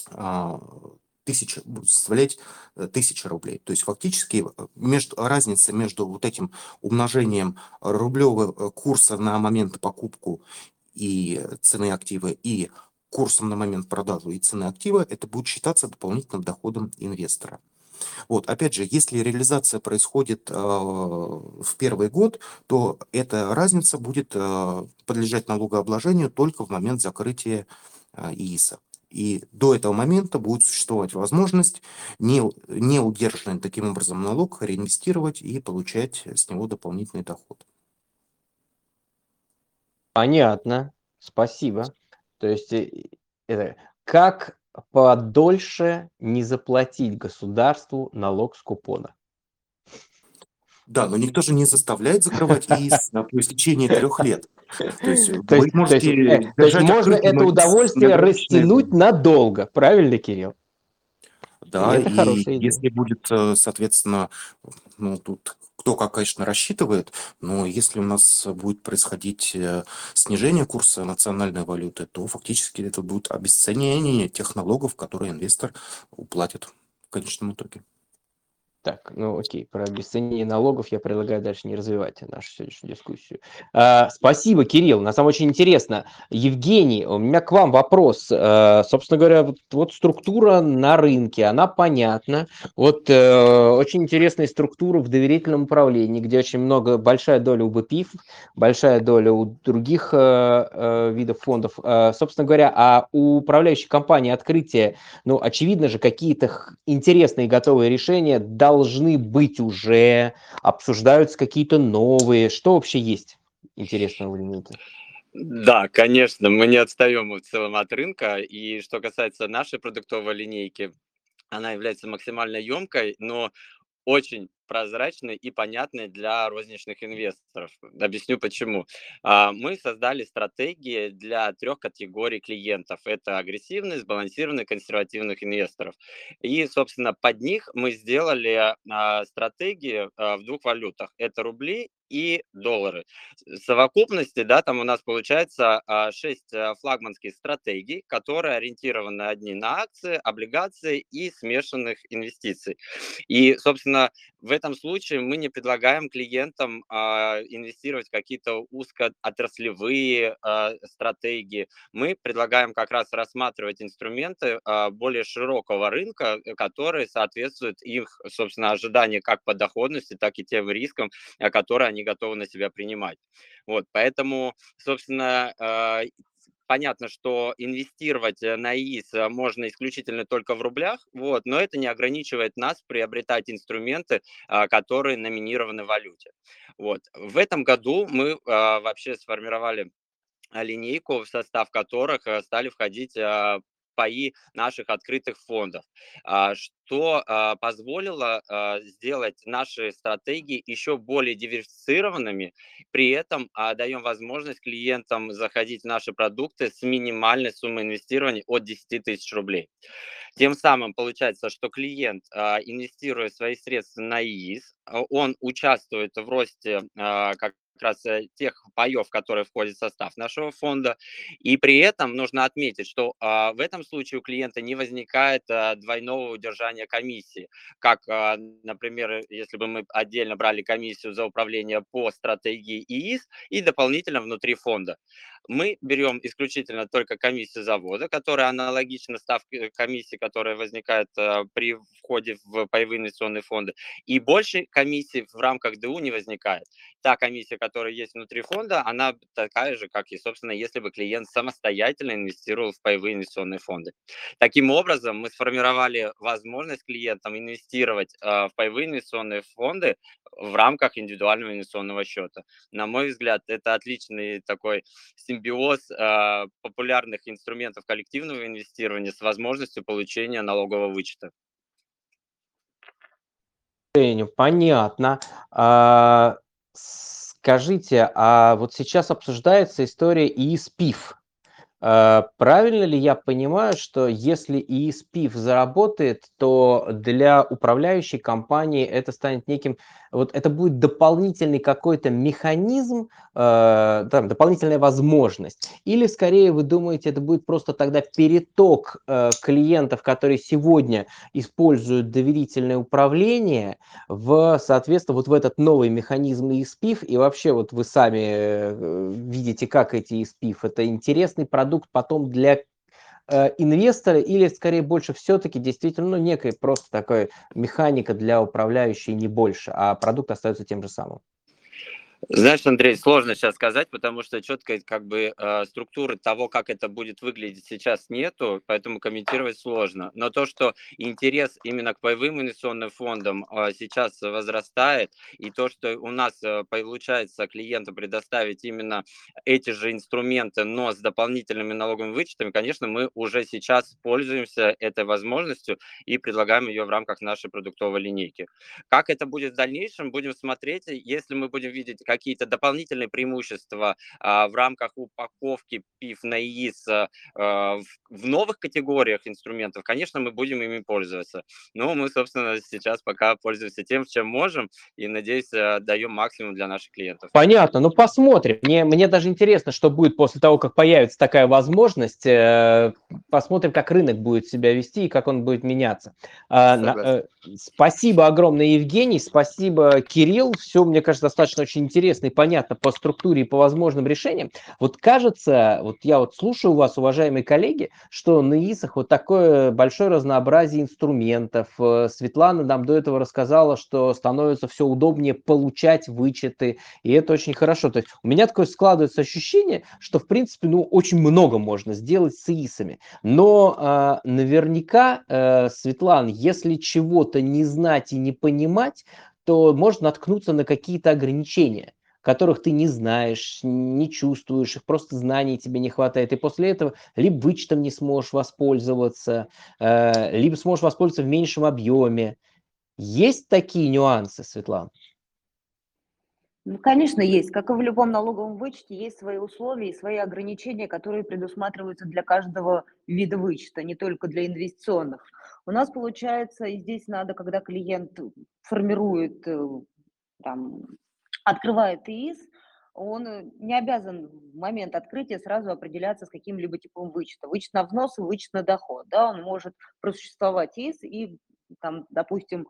[SPEAKER 4] будет составлять 1000 рублей. То есть фактически разница между вот этим умножением рублевого курса на момент покупку и цены актива и курсом на момент продажи и цены актива, это будет считаться дополнительным доходом инвестора. Вот, опять же, если реализация происходит в первый год, то эта разница будет подлежать налогообложению только в момент закрытия ИИСа. И до этого момента будет существовать возможность не удержанный таким образом налог реинвестировать и получать с него дополнительный доход.
[SPEAKER 1] Понятно, спасибо. То есть, как подольше не заплатить государству налог с купона?
[SPEAKER 4] Да, но никто же не заставляет закрывать ИИС по истечении 3 лет. То есть
[SPEAKER 1] То
[SPEAKER 4] вы
[SPEAKER 1] есть, то есть,
[SPEAKER 4] можете
[SPEAKER 1] то есть
[SPEAKER 4] держать
[SPEAKER 1] можно
[SPEAKER 4] открытым
[SPEAKER 1] это
[SPEAKER 4] ИИС
[SPEAKER 1] удовольствие
[SPEAKER 4] неограниченное
[SPEAKER 1] растянуть
[SPEAKER 4] время.
[SPEAKER 1] надолго, правильно, Кирилл? И
[SPEAKER 4] Да,
[SPEAKER 1] это
[SPEAKER 4] и
[SPEAKER 1] хорошая идея.
[SPEAKER 4] если будет, соответственно, ну, тут кто как, конечно, рассчитывает, но если у нас будет происходить снижение курса национальной валюты, то фактически это будет обесценение тех налогов, которые инвестор уплатит в конечном итоге.
[SPEAKER 1] Так, ну окей, про обесценение налогов я предлагаю дальше не развивать нашу сегодняшнюю дискуссию. Спасибо, Кирилл, на самом деле очень интересно. Евгений, у меня к вам вопрос. Собственно говоря, вот структура на рынке, она понятна. Вот очень интересная структура в доверительном управлении, где очень большая доля у БПИФ, большая доля у других видов фондов. Собственно говоря, а у управляющей компании открытие, ну, очевидно же, какие-то интересные готовые решения должны быть уже, обсуждаются какие-то новые. Что вообще есть интересного в линейке?
[SPEAKER 2] Да, конечно, мы не отстаем в целом от рынка. И что касается нашей продуктовой линейки, она является максимально емкой, но очень прозрачный и понятный для розничных инвесторов. Объясню почему. Мы создали стратегии для 3 категорий клиентов. Это агрессивных, сбалансированных, консервативных инвесторов. И, собственно, под них мы сделали стратегии в 2 валютах. Это рубли и доллары. В совокупности, да, там у нас получается 6 флагманских стратегий, которые ориентированы одни на акции, облигации и смешанных инвестиций. И, собственно, в этом случае мы не предлагаем клиентам инвестировать в какие-то узкоотраслевые стратегии. Мы предлагаем как раз рассматривать инструменты более широкого рынка, которые соответствуют их, собственно, ожиданиям как по доходности, так и тем рискам, которые они готовы на себя принимать. Вот, поэтому, собственно, понятно, что инвестировать на ИИС можно исключительно только в рублях, вот, но это не ограничивает нас приобретать инструменты, которые номинированы в валюте. Вот. В этом году мы вообще сформировали линейку, в состав которых стали входить паи наших открытых фондов, что позволило сделать наши стратегии еще более диверсифицированными, при этом даем возможность клиентам заходить в наши продукты с минимальной суммой инвестирования от 10 тысяч рублей. Тем самым получается, что клиент, инвестируя свои средства на ИИС, он участвует в росте как раз тех паев, которые входят в состав нашего фонда. И при этом нужно отметить, что в этом случае у клиента не возникает двойного удержания комиссии, как, например, если бы мы отдельно брали комиссию за управление по стратегии ИИС и дополнительно внутри фонда. Мы берем исключительно только комиссию завода, которая аналогична ставке комиссии, которая возникает при входе в паевые инвестиционные фонды. И больше комиссий в рамках ДУ не возникает. Та комиссия, которая есть внутри фонда, она такая же, как и, собственно, если бы клиент самостоятельно инвестировал в паевые инвестиционные фонды. Таким образом, мы сформировали возможность клиентам инвестировать в паевые инвестиционные фонды в рамках индивидуального инвестиционного счета. На мой взгляд, это отличный такой симбиоз популярных инструментов коллективного инвестирования с возможностью получения налогового вычета.
[SPEAKER 1] Понятно. Скажите, а вот сейчас обсуждается история ИИС-ПИФ. Правильно ли я понимаю, что если ИИС-ПИФ заработает, то для управляющей компании это станет неким, вот это будет дополнительный какой-то механизм, там, дополнительная возможность? Или скорее вы думаете, это будет просто тогда переток клиентов, которые сегодня используют доверительное управление, соответственно, вот в этот новый механизм ИИС-ПИФ, и вообще вот вы сами видите, как эти ИИС-ПИФ, это интересный продукт потом для инвестора или скорее больше все-таки действительно, ну, некая просто такая механика для управляющей, не больше, а продукт остается тем же самым?
[SPEAKER 2] Знаешь, Андрей, сложно сейчас сказать, потому что четкой как бы структуры того, как это будет выглядеть сейчас нету, поэтому комментировать сложно. Но то, что интерес именно к паевым инвестиционным фондам сейчас возрастает, и то, что у нас получается клиенту предоставить именно эти же инструменты, но с дополнительными налоговыми вычетами, конечно, мы уже сейчас пользуемся этой возможностью и предлагаем ее в рамках нашей продуктовой линейки. Как это будет в дальнейшем, будем смотреть. Если мы будем видеть какие-то дополнительные преимущества в рамках упаковки ПИФ на ИИС в новых категориях инструментов, конечно, мы будем ими пользоваться. Но мы, собственно, сейчас пока пользуемся тем, чем можем, и, надеюсь, даем максимум для наших клиентов.
[SPEAKER 1] Понятно, ну посмотрим. Мне даже интересно, что будет после того, как появится такая возможность. Посмотрим, как рынок будет себя вести и как он будет меняться. Спасибо огромное, Евгений, спасибо, Кирилл. Все, мне кажется, достаточно очень интересно и понятно по структуре и по возможным решениям. Вот кажется, вот я вот слушаю вас, уважаемые коллеги, что на ИИСах вот такое большое разнообразие инструментов. Светлана нам до этого рассказала, что становится все удобнее получать вычеты, и это очень хорошо. То есть у меня такое складывается ощущение, что, в принципе, ну, очень много можно сделать с ИИСами. Но наверняка, Светлана, если чего-то не знать и не понимать, то можно наткнуться на какие-то ограничения, которых ты не знаешь, не чувствуешь, их просто знаний тебе не хватает. И после этого либо вычетом не сможешь воспользоваться, либо сможешь воспользоваться в меньшем объеме. Есть такие нюансы, Светлана?
[SPEAKER 3] Ну, конечно, есть. Как и в любом налоговом вычете, есть свои условия и свои ограничения, которые предусматриваются для каждого вида вычета, не только для инвестиционных. У нас получается, и здесь надо, когда клиент формирует, там, открывает ИИС, он не обязан в момент открытия сразу определяться с каким-либо типом вычета. Вычет на взнос и вычет на доход. Да, он может просуществовать ИИС и, там, допустим,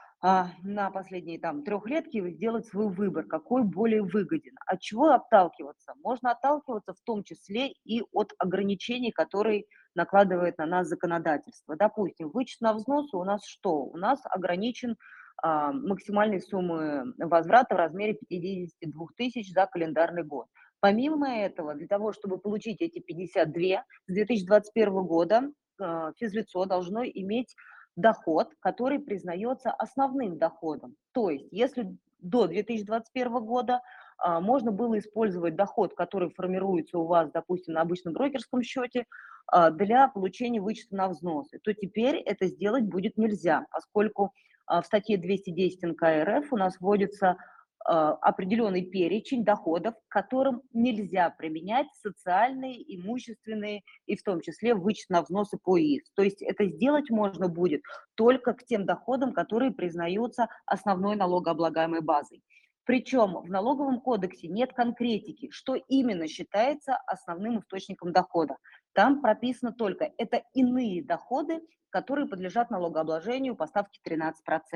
[SPEAKER 3] на последние там трехлетки сделать свой выбор, какой более выгоден. От чего отталкиваться? Можно отталкиваться в том числе и от ограничений, которые накладывает на нас законодательство. Допустим, вычет на взнос у нас что? У нас ограничен максимальной суммы возврата в размере 52 тысяч за календарный год. Помимо этого, для того, чтобы получить эти 52, с 2021 года физлицо должно иметь доход, который признается основным доходом. То есть, если до 2021 года можно было использовать доход, который формируется у вас, допустим, на обычном брокерском счете, для получения вычета на взносы, то теперь это сделать будет нельзя, поскольку в статье 210 НК РФ у нас вводится определенный перечень доходов, к которым нельзя применять социальные, имущественные и в том числе вычет на взносы по ИИС. То есть это сделать можно будет только к тем доходам, которые признаются основной налогооблагаемой базой. Причем в налоговом кодексе нет конкретики, что именно считается основным источником дохода. Там прописано только, это иные доходы, которые подлежат налогообложению по ставке 13%.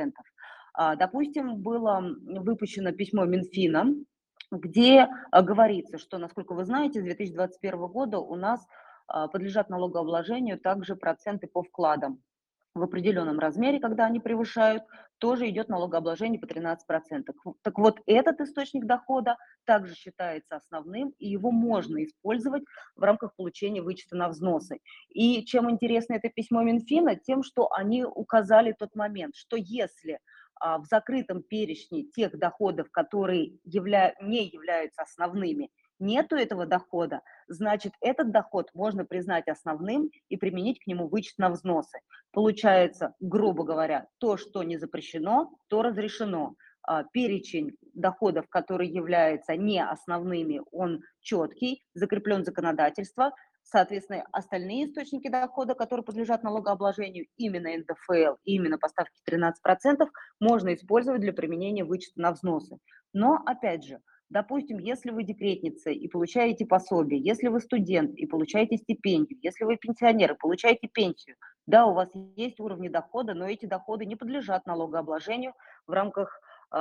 [SPEAKER 3] Допустим, было выпущено письмо Минфина, где говорится, что, насколько вы знаете, с 2021 года у нас подлежат налогообложению также проценты по вкладам. В определенном размере, когда они превышают, тоже идет налогообложение по 13%. Так вот, этот источник дохода также считается основным, и его можно использовать в рамках получения вычета на взносы. И чем интересно это письмо Минфина? Тем, что они указали тот момент, что если в закрытом перечне тех доходов, которые не являются основными, нету этого дохода, значит, этот доход можно признать основным и применить к нему вычет на взносы. Получается, грубо говоря, то, что не запрещено, то разрешено. Перечень доходов, которые являются не основными, он четкий, закреплен законодательство. Соответственно, остальные источники дохода, которые подлежат налогообложению, именно НДФЛ, именно по ставке 13%, можно использовать для применения вычета на взносы. Но, опять же, допустим, если вы декретница и получаете пособие, если вы студент и получаете стипендию, если вы пенсионер и получаете пенсию, да, у вас есть уровни дохода, но эти доходы не подлежат налогообложению в рамках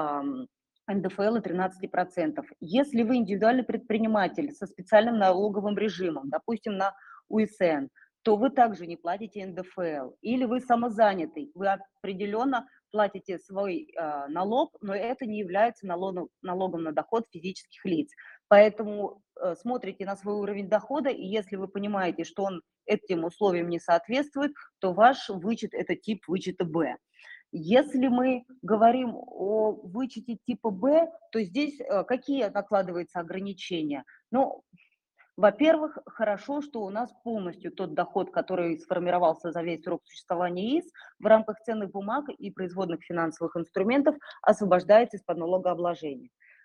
[SPEAKER 3] НДФЛ и 13%. Если вы индивидуальный предприниматель со специальным налоговым режимом, допустим, на УСН, то вы также не платите НДФЛ. Или вы самозанятый, вы определенно платите свой налог, но это не является налогом на доход физических лиц. Поэтому смотрите на свой уровень дохода, и если вы понимаете, что он этим условиям не соответствует, то ваш вычет – это тип вычета Б. Если мы говорим о вычете типа Б, то здесь какие накладываются ограничения? Ну, во-первых, хорошо, что у нас полностью тот доход, который сформировался за весь срок существования ИИС, в рамках ценных бумаг и производных финансовых инструментов освобождается из-под налогообложения.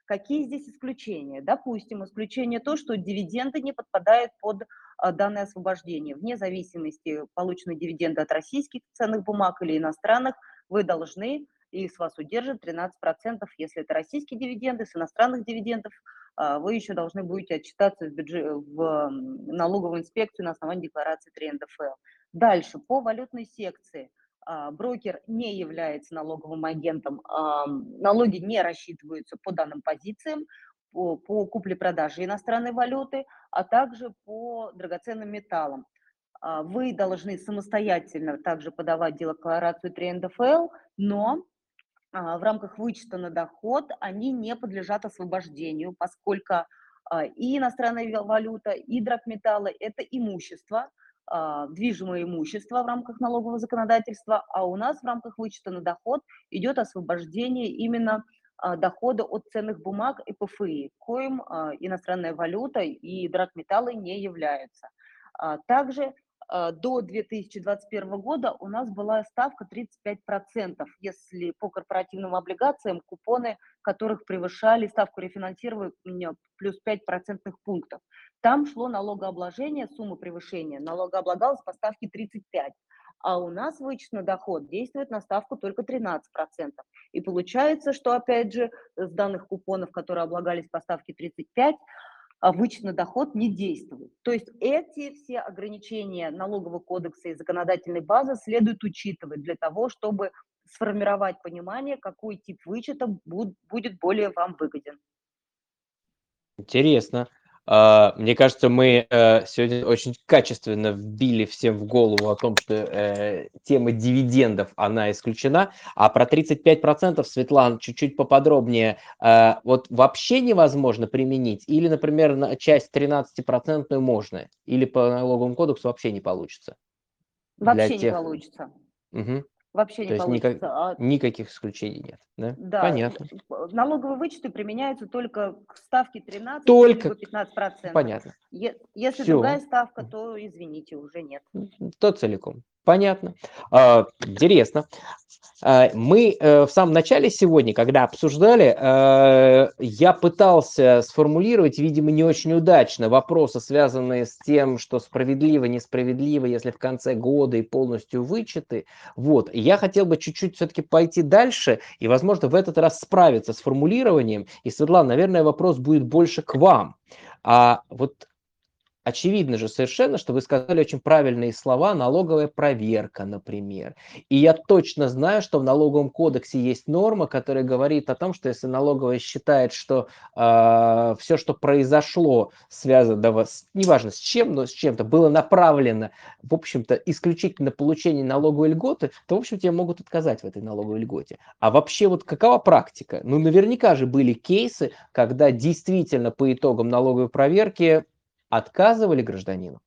[SPEAKER 3] Какие здесь исключения? Допустим, исключение то, что дивиденды не подпадают под данное освобождение. Вне зависимости, полученные дивиденды от российских ценных бумаг или иностранных, вы должны, и с вас удержат 13%. Если это российские дивиденды, с иностранных дивидендов вы еще должны будете отчитаться в налоговую инспекцию на основании декларации 3 НДФЛ. Дальше, по валютной секции. Брокер не является налоговым агентом, налоги не рассчитываются по данным позициям, по купле-продаже иностранной валюты, а также по драгоценным металлам. Вы должны самостоятельно также подавать декларацию 3 НДФЛ, но в рамках вычета на доход они не подлежат освобождению, поскольку и иностранная валюта, и драгметаллы – это имущество, движимое имущество в рамках налогового законодательства, а у нас в рамках вычета на доход идет освобождение именно дохода от ценных бумаг и ПФИ, коим иностранная валюта и драгметаллы не являются. Также до 2021 года у нас была ставка 35%, если по корпоративным облигациям купоны которых превышали ставку рефинансирования плюс 5 процентных пунктов. Там шло налогообложение, сумма превышения налогооблагалась по ставке 35%. А у нас вычет на доход действует на ставку только 13%. И получается, что, опять же, с данных купонов, которые облагались по ставке 35%, вычет на доход не действует. То есть эти все ограничения налогового кодекса и законодательной базы следует учитывать для того, чтобы сформировать понимание, какой тип вычета будет более вам выгоден.
[SPEAKER 1] Интересно. Мне кажется, мы сегодня очень качественно вбили всем в голову о том, что тема дивидендов, она исключена. А про 35%, Светлана, чуть-чуть поподробнее. Вот вообще невозможно применить? Или, например, на часть 13% можно? Или по налоговому кодексу вообще не получится?
[SPEAKER 3] Вообще не получится.
[SPEAKER 1] Угу.
[SPEAKER 3] Вообще не
[SPEAKER 1] То есть
[SPEAKER 3] получится.
[SPEAKER 1] никаких исключений нет, да?
[SPEAKER 3] Да,
[SPEAKER 1] Понятно.
[SPEAKER 3] налоговые вычеты применяются только к ставке 13
[SPEAKER 1] Только,
[SPEAKER 3] либо 15%.
[SPEAKER 1] понятно.
[SPEAKER 3] Если
[SPEAKER 1] Всё.
[SPEAKER 3] другая ставка, то, извините, уже нет.
[SPEAKER 1] То целиком. Понятно. Интересно. Мы в самом начале сегодня, когда обсуждали, я пытался сформулировать, видимо, не очень удачно, вопросы, связанные с тем, что справедливо, несправедливо, если в конце года и полностью вычеты. Вот. Я хотел бы чуть-чуть все-таки пойти дальше и, возможно, в этот раз справиться с формулированием. И, Светлана, наверное, вопрос будет больше к вам. Вот очевидно же совершенно, что вы сказали очень правильные слова: налоговая проверка, например. И я точно знаю, что в налоговом кодексе есть норма, которая говорит о том, что если налоговая считает, что все, что произошло, связано, неважно с чем, но с чем-то, было направлено, в общем-то, исключительно на получение налоговой льготы, то, в общем, тебе могут отказать в этой налоговой льготе. А вообще вот какова практика? Ну, наверняка же были кейсы, когда действительно по итогам налоговой проверки отказывали гражданину?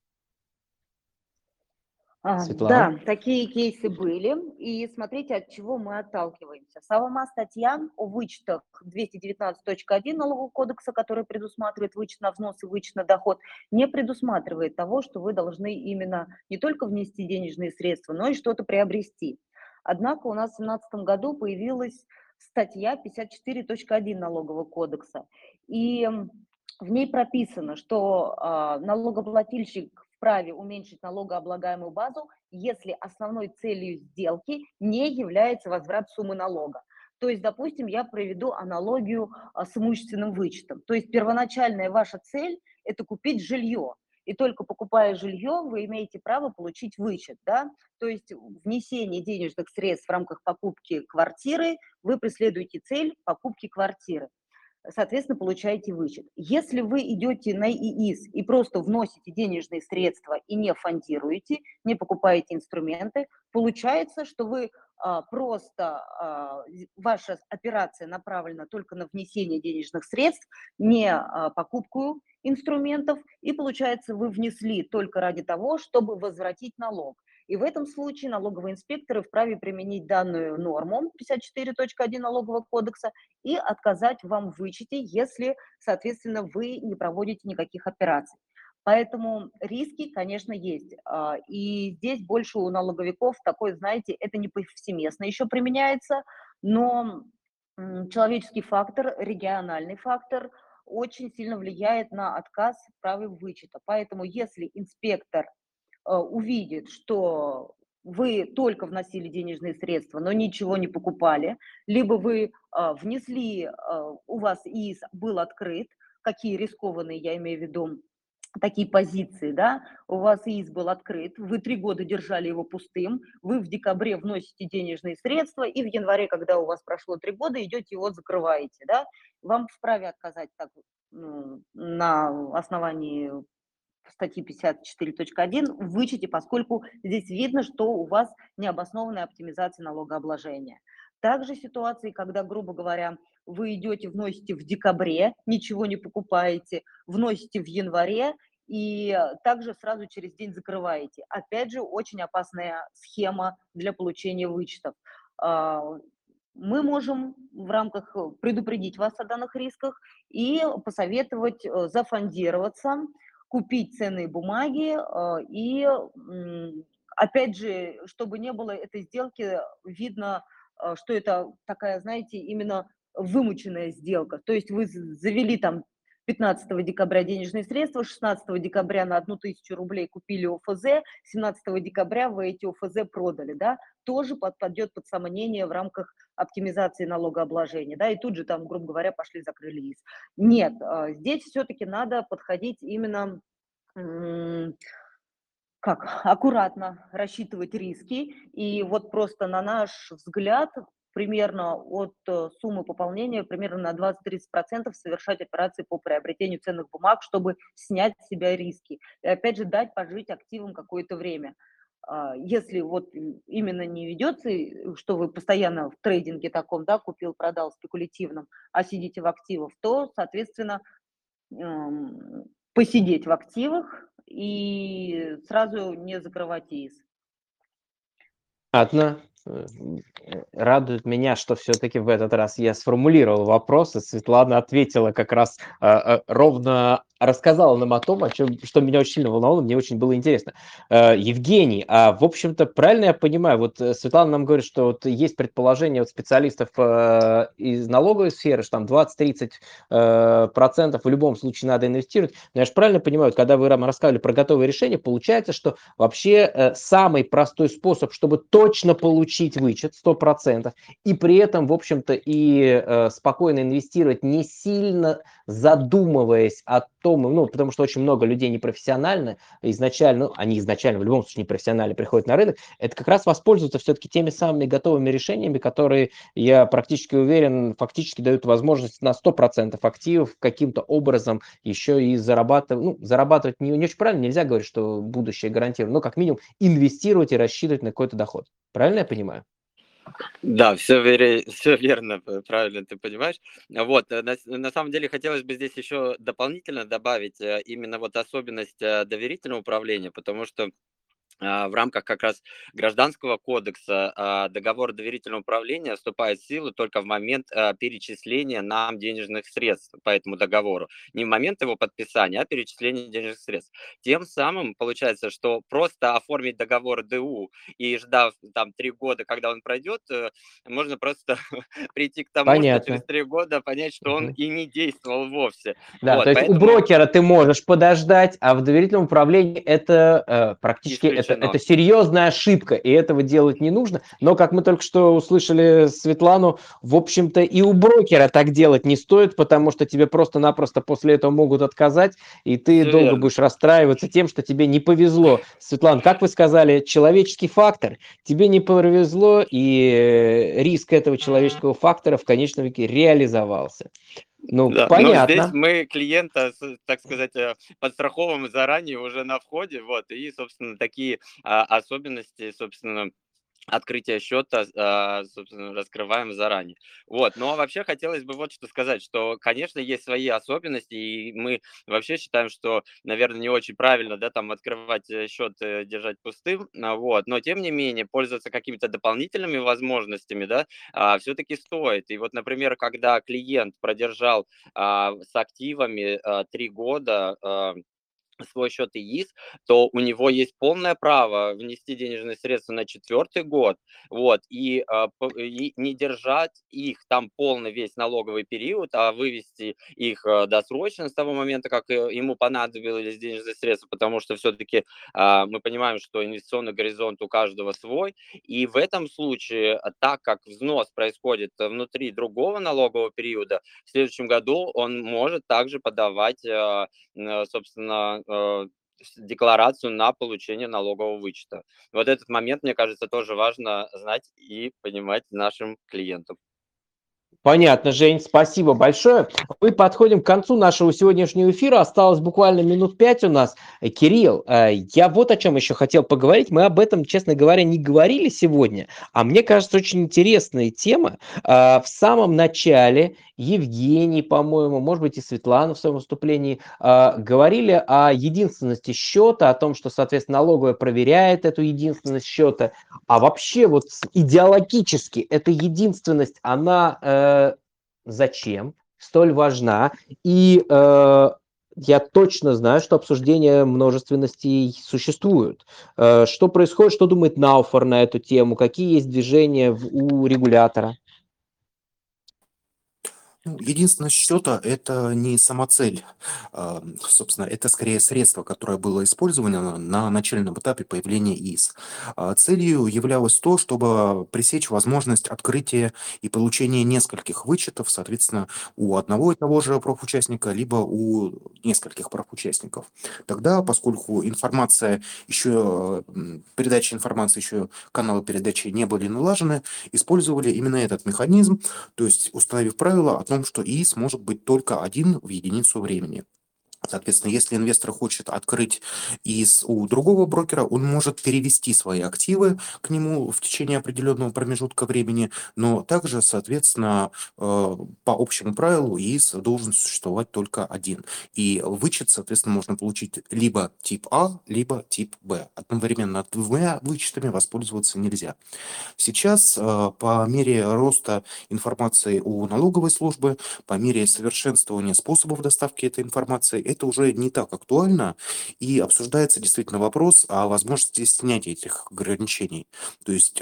[SPEAKER 1] Светлана?
[SPEAKER 3] Да, такие кейсы были. И смотрите, от чего мы отталкиваемся. Сама статья о вычетах 219.1 Налогового кодекса, который предусматривает вычет на взнос и вычет на доход, не предусматривает того, что вы должны именно не только внести денежные средства, но и что-то приобрести. Однако у нас в 2017 году появилась статья 54.1 Налогового кодекса. И в ней прописано, что налогоплательщик вправе уменьшить налогооблагаемую базу, если основной целью сделки не является возврат суммы налога. То есть, допустим, я проведу аналогию с имущественным вычетом. То есть первоначальная ваша цель – это купить жилье. И только покупая жилье, вы имеете право получить вычет. Да? То есть внесение денежных средств в рамках покупки квартиры, вы преследуете цель покупки квартиры. Соответственно, получаете вычет. Если вы идете на ИИС и просто вносите денежные средства и не фондируете, не покупаете инструменты, получается, что вы ваша операция направлена только на внесение денежных средств, не покупку инструментов, и получается, вы внесли только ради того, чтобы возвратить налог. И в этом случае налоговые инспекторы вправе применить данную норму 54.1 Налогового кодекса и отказать вам в вычете, если, соответственно, вы не проводите никаких операций. Поэтому риски, конечно, есть. И здесь больше у налоговиков такой, знаете, это не повсеместно еще применяется, но Человеческий фактор, региональный фактор очень сильно влияет на отказ в праве вычета. Поэтому если инспектор увидит, что вы только вносили денежные средства, но ничего не покупали, либо вы внесли, у вас ИИС был открыт, какие рискованные, я имею в виду, такие позиции, да, у вас ИИС был открыт, вы 3 года держали его пустым, вы в декабре вносите денежные средства, и в январе, когда у вас прошло 3 года, идете его закрываете, да, вам вправе отказать так, на основании статьи 54.1 в вычете, поскольку здесь видно, что у вас необоснованная оптимизация налогообложения. Также ситуации, когда, грубо говоря, вы идете, вносите в декабре, ничего не покупаете, вносите в январе и также сразу через день закрываете. Опять же, очень опасная схема для получения вычетов. А, Мы можем в рамках предупредить вас о данных рисках и посоветовать зафондироваться, купить ценные бумаги, опять же, чтобы не было этой сделки, видно, что это такая, знаете, именно вымученная сделка. То есть вы завели там 15 декабря денежные средства, 16 декабря на 1000 рублей купили ОФЗ, 17 декабря вы эти ОФЗ продали, да, тоже подпадет под сомнение в рамках оптимизации налогообложения, да, и тут же там, грубо говоря, пошли закрыли ИИС. Нет, здесь все-таки надо подходить именно как аккуратно рассчитывать риски. И вот просто на наш взгляд, примерно от суммы пополнения примерно на 20-30% совершать операции по приобретению ценных бумаг, чтобы снять с себя риски. И опять же дать пожить активам какое-то время. Если вот именно не ведется, что вы постоянно в трейдинге таком, да, купил-продал спекулятивном, а сидите в активах, то, соответственно, посидеть в активах и сразу не закрывать ИИС.
[SPEAKER 1] Ладно. Радует меня, что все-таки в этот раз я сформулировал вопрос, и Светлана ответила как раз ровно, рассказала нам о том, что меня очень сильно волновало, мне очень было интересно. Евгений, в общем-то, правильно я понимаю, вот Светлана нам говорит, что вот есть предположение от специалистов из налоговой сферы, что там 20-30% в любом случае надо инвестировать, но я же правильно понимаю, вот, когда вы нам рассказывали про готовые решения, получается, что вообще самый простой способ, чтобы точно получить вычет 100%, и при этом, в общем-то, и спокойно инвестировать, не сильно задумываясь о том, ну, потому что очень много людей непрофессионально изначально, ну, они изначально в любом случае непрофессионально приходят на рынок, это как раз воспользоваться все-таки теми самыми готовыми решениями, которые, я практически уверен, фактически дают возможность на 100% активов каким-то образом еще и зарабатывать, ну, зарабатывать не очень правильно, нельзя говорить, что будущее гарантировано, но как минимум инвестировать и рассчитывать на какой-то доход. Правильно я понимаю?
[SPEAKER 2] Да, все верно, правильно ты понимаешь. Вот, на самом деле хотелось бы здесь еще дополнительно добавить именно вот особенность доверительного управления, потому что в рамках как раз Гражданского кодекса договор доверительного управления вступает в силу только в момент перечисления нам денежных средств по этому договору. Не в момент его подписания, а перечисления денежных средств. Тем самым получается, что просто оформить договор ДУ и ждав там 3 года, когда он пройдет, можно просто прийти к тому, что через
[SPEAKER 1] Понятно.
[SPEAKER 2] 3 года понять, что он и не действовал вовсе.
[SPEAKER 1] Да,
[SPEAKER 2] Вот,
[SPEAKER 1] то есть у
[SPEAKER 2] поэтому
[SPEAKER 1] брокера ты можешь подождать, а в доверительном управлении это практически это
[SPEAKER 2] исключено.
[SPEAKER 1] серьезная ошибка, и этого делать не нужно. Но, как мы только что услышали Светлану, в общем-то и у брокера так делать не стоит, потому что тебе просто-напросто после этого могут отказать, и ты
[SPEAKER 2] Все
[SPEAKER 1] долго
[SPEAKER 2] верно.
[SPEAKER 1] будешь расстраиваться тем, что тебе не повезло. Светлана, как вы сказали, человеческий фактор, тебе не повезло, и риск этого человеческого фактора в конечном итоге реализовался. Ну,
[SPEAKER 2] Да, но здесь
[SPEAKER 1] понятно.
[SPEAKER 2] мы клиента, так сказать, подстраховываем заранее уже на входе, вот, и, собственно, такие особенности, собственно, открытия счета, собственно, раскрываем заранее. Вот, ну а вообще хотелось бы вот что сказать, что, конечно, есть свои особенности, и мы вообще считаем, что, наверное, не очень правильно, да, там открывать счет, держать пустым, вот, но тем не менее пользоваться какими-то дополнительными возможностями, да, все-таки стоит. И вот, например, когда клиент продержал с активами 3 года, свой счет ИИС, то у него есть полное право внести денежные средства на 4-й год, вот, и не держать их там полный весь налоговый период, а вывести их досрочно с того момента, как ему понадобились денежные средства, потому что все-таки мы понимаем, что инвестиционный горизонт у каждого свой, и в этом случае, так как взнос происходит внутри другого налогового периода, в следующем году он может также подавать собственно, декларацию на получение налогового вычета. Вот этот момент, мне кажется, тоже важно знать и понимать нашим клиентам.
[SPEAKER 1] Понятно, Жень, спасибо большое. Мы подходим к концу нашего сегодняшнего эфира. Осталось буквально минут 5 у нас. Кирилл, я вот о чем еще хотел поговорить. Мы об этом, честно говоря, не говорили сегодня, а мне кажется, очень интересная тема. В самом начале Евгений, по-моему, может быть, и Светлана в своем выступлении говорили о единственности счета, о том, что, соответственно, налоговая проверяет эту единственность счета. А вообще вот идеологически эта единственность, она зачем столь важна? И я точно знаю, что обсуждение множественностей существует. Что происходит, что думает Науфор на эту тему? Какие есть движения у регулятора?
[SPEAKER 4] Ну, единственность счета – это не самоцель. Собственно, это скорее средство, которое было использовано на начальном этапе появления ИИС. Целью являлось то, чтобы пресечь возможность открытия и получения нескольких вычетов, соответственно, у одного и того же профучастника, либо у нескольких профучастников. Тогда, поскольку информация еще, передача информации, еще каналы передачи не были налажены, использовали именно этот механизм, то есть установив правило о том, что ИИС может быть только один в единицу времени. Соответственно, если инвестор хочет открыть ИИС у другого брокера, он может перевести свои активы к нему в течение определенного промежутка времени, но также, соответственно, по общему правилу ИИС должен существовать только один. И вычет, соответственно, можно получить либо тип А, либо тип Б. Одновременно двумя вычетами воспользоваться нельзя. Сейчас, по мере роста информации у налоговой службы, по мере совершенствования способов доставки этой информации, это уже не так актуально, и обсуждается действительно вопрос о возможности снятия этих ограничений. То есть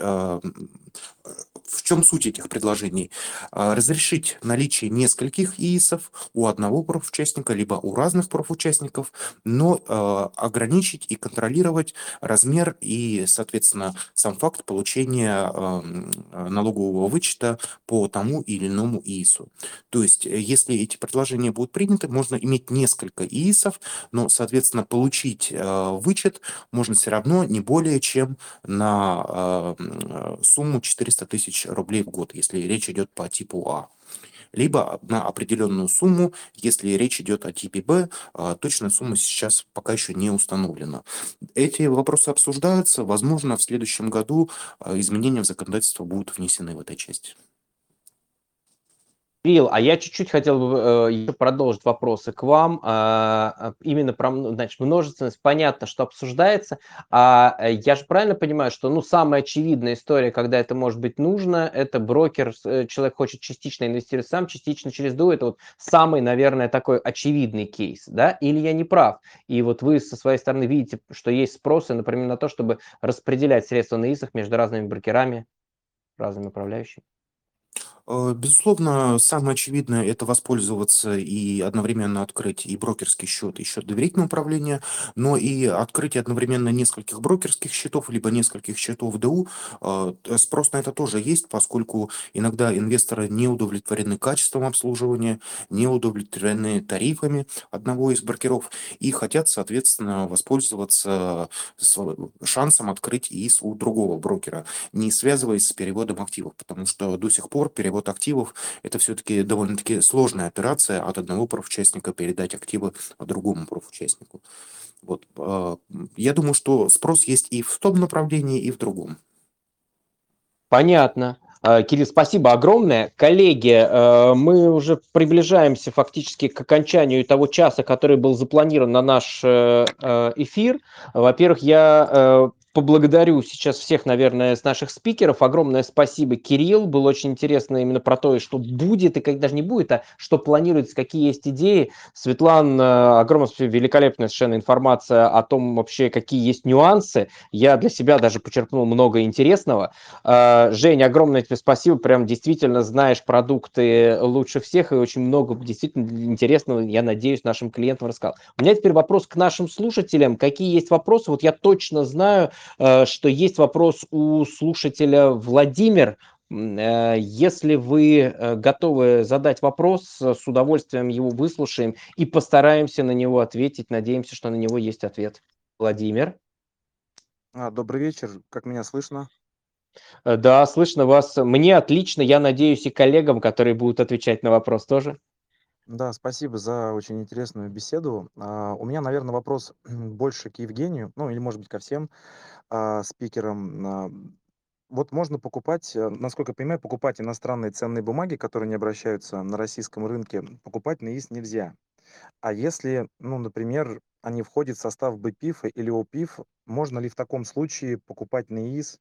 [SPEAKER 4] в чем суть этих предложений? Разрешить наличие нескольких ИИСов у одного профучастника, либо у разных профучастников, но ограничить и контролировать размер и, соответственно, сам факт получения налогового вычета по тому или иному ИИСу. То есть, если эти предложения будут приняты, можно иметь несколько ИИСов, но, соответственно, получить вычет можно все равно не более чем на сумму 400 тысяч рублей в год, если речь идет по типу А. Либо на определенную сумму, если речь идет о типе Б, точная сумма сейчас пока еще не установлена. Эти вопросы обсуждаются, возможно, в следующем году изменения в законодательство будут внесены в этой части.
[SPEAKER 1] Кирилл, а я чуть-чуть хотел бы еще продолжить вопросы к вам. Именно про, значит, множественность. Понятно, что обсуждается. Я же правильно понимаю, что самая очевидная история, когда это может быть нужно, это брокер, человек хочет частично инвестировать сам, частично через ДУ. Это вот самый, наверное, такой очевидный кейс, да? Или я не прав? И вот вы со своей стороны видите, что есть спросы, например, на то, чтобы распределять средства на ИСах между разными брокерами, разными управляющими?
[SPEAKER 4] Безусловно, самое очевидное – это воспользоваться и одновременно открыть и брокерский счет, и счет доверительного управления, но и открытие одновременно нескольких брокерских счетов, либо нескольких счетов ДУ. Спрос на это тоже есть, поскольку иногда инвесторы не удовлетворены качеством обслуживания, не удовлетворены тарифами одного из брокеров и хотят, соответственно, воспользоваться шансом открыть ИИС у другого брокера, не связываясь с переводом активов, потому что до сих пор перевод активов – это все-таки довольно-таки сложная операция от одного профучастника передать активы другому профучастнику. Вот. Я думаю, что спрос есть и в том направлении, и в другом.
[SPEAKER 1] Понятно. Кирилл, спасибо огромное. Коллеги, мы уже приближаемся фактически к окончанию того часа, который был запланирован на наш эфир. Во-первых, я поблагодарю сейчас всех, наверное, с наших спикеров. Огромное спасибо, Кирилл. Было очень интересно именно про то, что будет, и как даже не будет, а что планируется, какие есть идеи. Светлан, огромное спасибо, великолепная совершенно информация о том вообще, какие есть нюансы. Я для себя даже почерпнул много интересного. Жень, огромное тебе спасибо. Прям действительно знаешь продукты лучше всех и очень много действительно интересного, я надеюсь, нашим клиентам рассказал. У меня теперь вопрос к нашим слушателям. Какие есть вопросы? Вот я точно знаю, что есть вопрос у слушателя Владимир. Если вы готовы задать вопрос, с удовольствием его выслушаем и постараемся на него ответить. Надеемся, что на него есть ответ. Владимир?
[SPEAKER 5] Добрый вечер, как меня слышно?
[SPEAKER 1] Да, слышно вас. Мне отлично. Я надеюсь, и коллегам, которые будут отвечать на вопрос, тоже.
[SPEAKER 5] Да, спасибо за очень интересную беседу. У меня, наверное, вопрос больше к Евгению, ну или, может быть, ко всем спикерам. Вот можно покупать, насколько я понимаю, покупать иностранные ценные бумаги, которые не обращаются на российском рынке, покупать на ИИС нельзя. А если, ну, например, они входят в состав БПИФа или ОПИФ, можно ли в таком случае покупать на ИИС?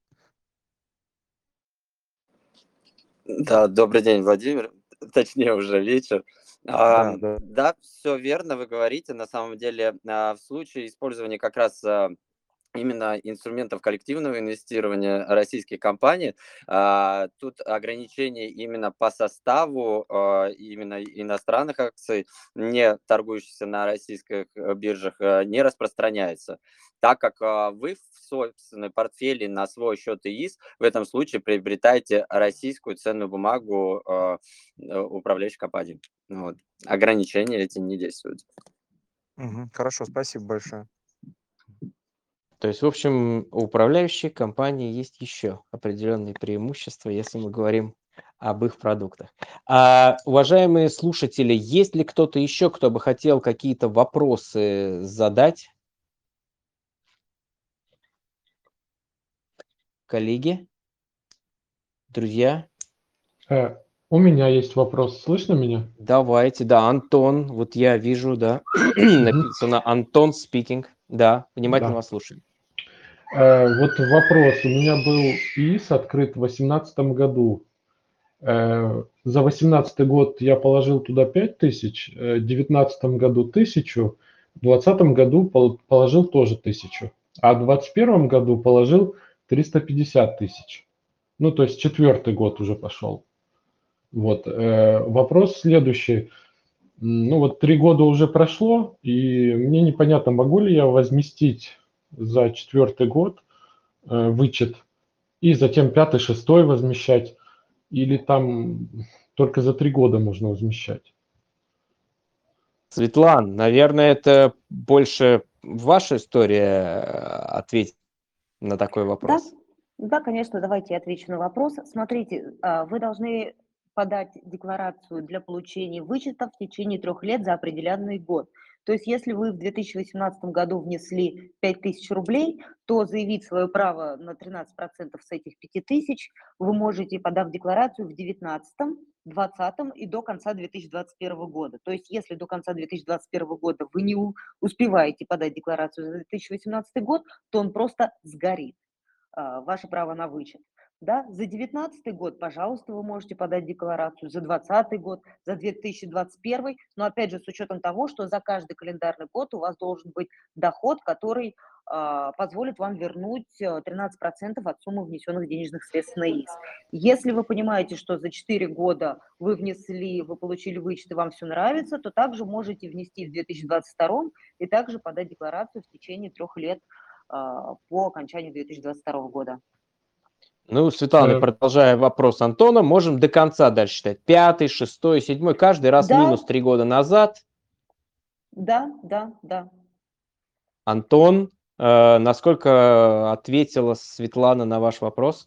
[SPEAKER 2] Да, добрый день, Владимир. Точнее, уже вечер.
[SPEAKER 5] Да, да.
[SPEAKER 2] Да, все верно вы говорите. На самом деле, в случае использования как раз именно инструментов коллективного инвестирования российских компаний, тут ограничения именно по составу именно иностранных акций, не торгующихся на российских биржах, не распространяется. Так как вы в собственной портфеле на свой счет ИИС в этом случае приобретаете российскую ценную бумагу управляющей компании. Вот. Ограничения эти не действуют.
[SPEAKER 5] Хорошо, спасибо большое.
[SPEAKER 1] То есть, в общем, у управляющей компании есть еще определенные преимущества, если мы говорим об их продуктах. Уважаемые слушатели, есть ли кто-то еще, кто бы хотел какие-то вопросы задать? Коллеги? Друзья?
[SPEAKER 6] У меня есть вопрос. Слышно меня?
[SPEAKER 1] Давайте, да, Антон, вот я вижу, да, написано Антон speaking. Да, внимательно
[SPEAKER 6] Да.
[SPEAKER 1] вас слушаю.
[SPEAKER 6] Вот вопрос. У меня был ИИС открыт в 2018 году. За 2018 год я положил туда 5000, в 2019 году 1000, в 2020 году положил тоже 1000, а в 2021 году положил 350 тысяч. Ну, то есть четвертый год уже пошел. Вот. Вопрос следующий. Ну вот 3 года уже прошло, и мне непонятно, могу ли я возместить за четвертый год вычет и затем пятый, шестой возмещать, или там только за 3 года можно возмещать?
[SPEAKER 1] Светлана, наверное, это больше ваша история ответить на такой
[SPEAKER 3] Да,
[SPEAKER 1] вопрос.
[SPEAKER 3] да, конечно, давайте я отвечу на вопрос. Смотрите, вы должны подать декларацию для получения вычета в течение 3 лет за определенный год. То есть, если вы в 2018 году внесли 5000 рублей, то заявить свое право на 13% с этих 5000 вы можете, подав декларацию в 2019, 2020 и до конца 2021 года. То есть, если до конца 2021 года вы не успеваете подать декларацию за 2018 год, то он просто сгорит, ваше право на вычет. Да, за 2019 год, пожалуйста, вы можете подать декларацию, за 2020 год, за 2021, но опять же с учетом того, что за каждый календарный год у вас должен быть доход, который позволит вам вернуть 13% от суммы внесенных денежных средств на ИИС. Если вы понимаете, что за 4 года вы внесли, вы получили вычет и вам все нравится, то также можете внести в 2022 и также подать декларацию в течение 3 лет по окончанию 2022 года.
[SPEAKER 1] Ну, Светлана, продолжая вопрос Антона, можем до конца дальше считать. 5, 6, 7, каждый раз
[SPEAKER 3] Да.
[SPEAKER 1] минус 3 года назад.
[SPEAKER 3] Да.
[SPEAKER 1] Антон, насколько ответила Светлана на ваш вопрос?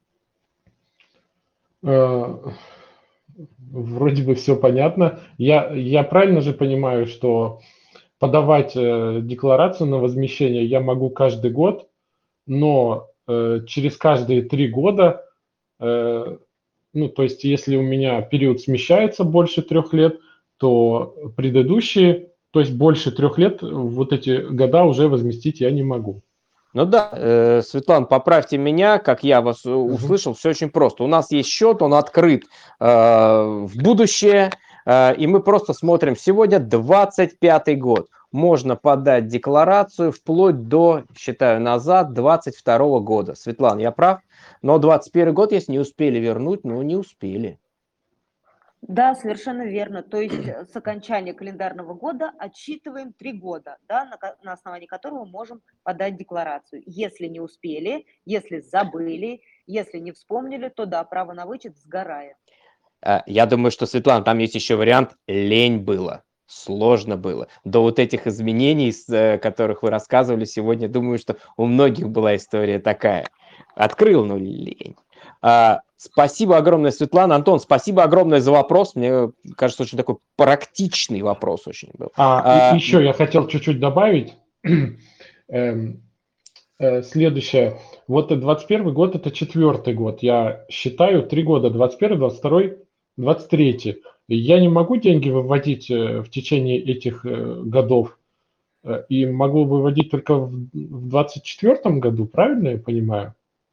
[SPEAKER 6] Вроде бы все понятно. Я правильно же понимаю, что подавать декларацию на возмещение я могу каждый год, но через каждые 3 года, ну, то есть если у меня период смещается больше 3 лет, то предыдущие, то есть больше 3 лет, вот эти года уже возместить я не могу.
[SPEAKER 1] Ну да, Светлана, поправьте меня, как я вас услышал, все очень просто. У нас есть счет, он открыт в будущее, и мы просто смотрим, сегодня 25-й год. Можно подать декларацию вплоть до, считаю, назад, 22-го года. Светлана, я прав? Но 21 год, если не успели вернуть, ну не успели.
[SPEAKER 3] Да, совершенно верно. То есть с окончания календарного года отсчитываем 3 года, да, на основании которого можем подать декларацию. Если не успели, если забыли, если не вспомнили, то да, право на вычет сгорает.
[SPEAKER 1] Я думаю, что, Светлана, там есть еще вариант «лень было». Сложно было. До вот этих изменений, которых вы рассказывали сегодня, думаю, что у многих была история такая. Открыл, ну лень. Спасибо огромное, Светлана. Антон, спасибо огромное за вопрос. Мне кажется, очень такой практичный вопрос очень был.
[SPEAKER 6] Еще я хотел чуть-чуть добавить. Следующее. Вот 21 год – это 4-й год. Я считаю 3 года. 21, 22, 23. Я не могу деньги выводить в течение этих годов. И могу выводить только в 24 году. Правильно я понимаю?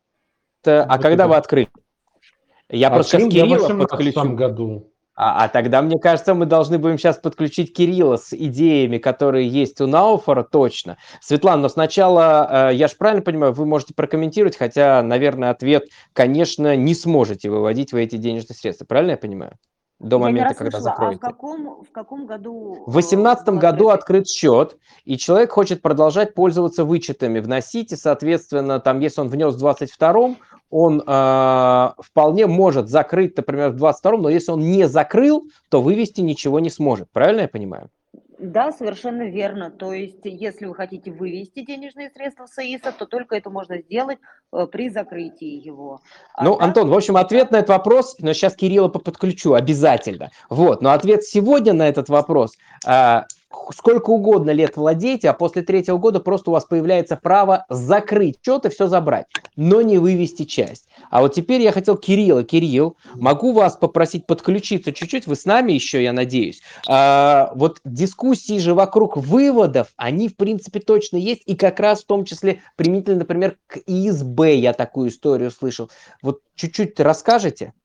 [SPEAKER 1] А когда вы открыли? Я просто сейчас Кирилла
[SPEAKER 6] в 18
[SPEAKER 1] подключу.
[SPEAKER 6] году.
[SPEAKER 1] А тогда, мне кажется, мы должны будем сейчас подключить Кирилла с идеями, которые есть у Науфора, точно. Светлана, но сначала, я же правильно понимаю, вы можете прокомментировать, хотя, наверное, ответ, конечно, не сможете выводить вы эти денежные средства. Правильно я понимаю? До момента, когда закроете.
[SPEAKER 3] А в каком году?
[SPEAKER 1] В 2018 году открыт счет, и человек хочет продолжать пользоваться вычетами. Вносите, соответственно, там, если он внес в 22-м, он вполне может закрыть, например, в 22-м, но если он не закрыл, то вывести ничего не сможет. Правильно я понимаю?
[SPEAKER 3] Да, совершенно верно. То есть, если вы хотите вывести денежные средства с АИСа, то только это можно сделать при закрытии его.
[SPEAKER 1] Ну, Антон, в общем, ответ на этот вопрос, но сейчас Кирилла подключу обязательно. Вот, но ответ сегодня на этот вопрос, сколько угодно лет владеете, а после 3-го года просто у вас появляется право закрыть счет и все забрать, но не вывести часть. А вот теперь я хотел Кирилл, могу вас попросить подключиться чуть-чуть, вы с нами еще, я надеюсь. Вот дискуссии же вокруг выводов, они в принципе точно есть, и как раз в том числе применительно, например, к ИСБ я такую историю слышал. Вот чуть-чуть расскажете?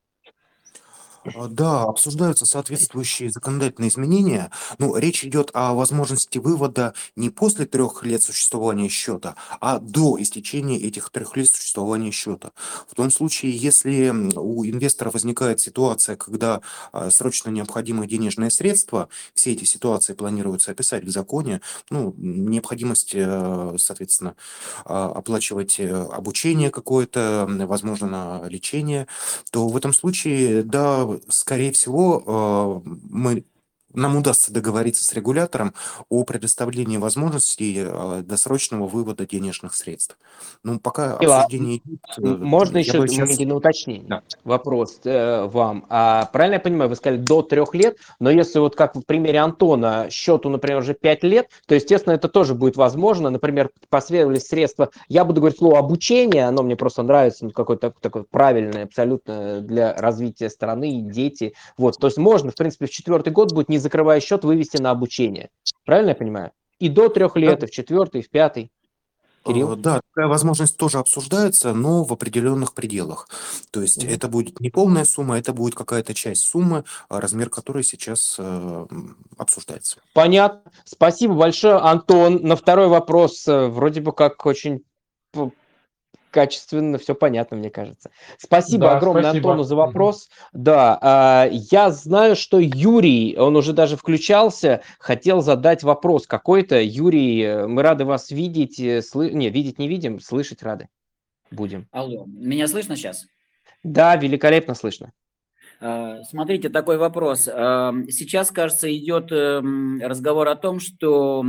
[SPEAKER 4] Да, обсуждаются соответствующие законодательные изменения. Ну, речь идет о возможности вывода не после 3 лет существования счета, а до истечения этих 3 лет существования счета. В том случае, если у инвестора возникает ситуация, когда срочно необходимы денежные средства, все эти ситуации планируется описать в законе, ну, необходимость, соответственно, оплачивать обучение какое-то, возможно, лечение, то в этом случае, да, скорее всего, нам удастся договориться с регулятором о предоставлении возможности досрочного вывода денежных средств. Ну, пока обсуждение идет,
[SPEAKER 1] можно
[SPEAKER 4] я
[SPEAKER 1] еще,
[SPEAKER 4] бы сейчас...
[SPEAKER 1] на уточнение,
[SPEAKER 4] Да.
[SPEAKER 1] вопрос вам. Правильно я понимаю, вы сказали до 3 лет, но если вот как в примере Антона, счету, например, уже 5 лет, то, естественно, это тоже будет возможно. Например, последовали средства, я буду говорить слово обучение, оно мне просто нравится, ну, какое-то такое правильное абсолютно для развития страны, дети. Вот, то есть можно, в принципе, в 4-й год будет, не закрывая счет, вывести на обучение. Правильно я понимаю? И до 3 лет, и в 4-й, и в 5-й. Кирилл?
[SPEAKER 4] Да, такая возможность тоже обсуждается, но в определенных пределах. То есть это будет не полная сумма, это будет какая-то часть суммы, размер которой сейчас обсуждается.
[SPEAKER 1] Понятно. Спасибо большое, Антон. На второй вопрос вроде бы как очень качественно, все понятно, мне кажется. Спасибо огромное Антону за вопрос. Да, я знаю, что Юрий, он уже даже включался, хотел задать вопрос какой-то. Юрий, мы рады вас видеть. Не, видеть не видим, слышать рады будем.
[SPEAKER 7] Алло, меня слышно сейчас?
[SPEAKER 1] Да, великолепно слышно.
[SPEAKER 7] Смотрите, такой вопрос. Сейчас, кажется, идет разговор о том, что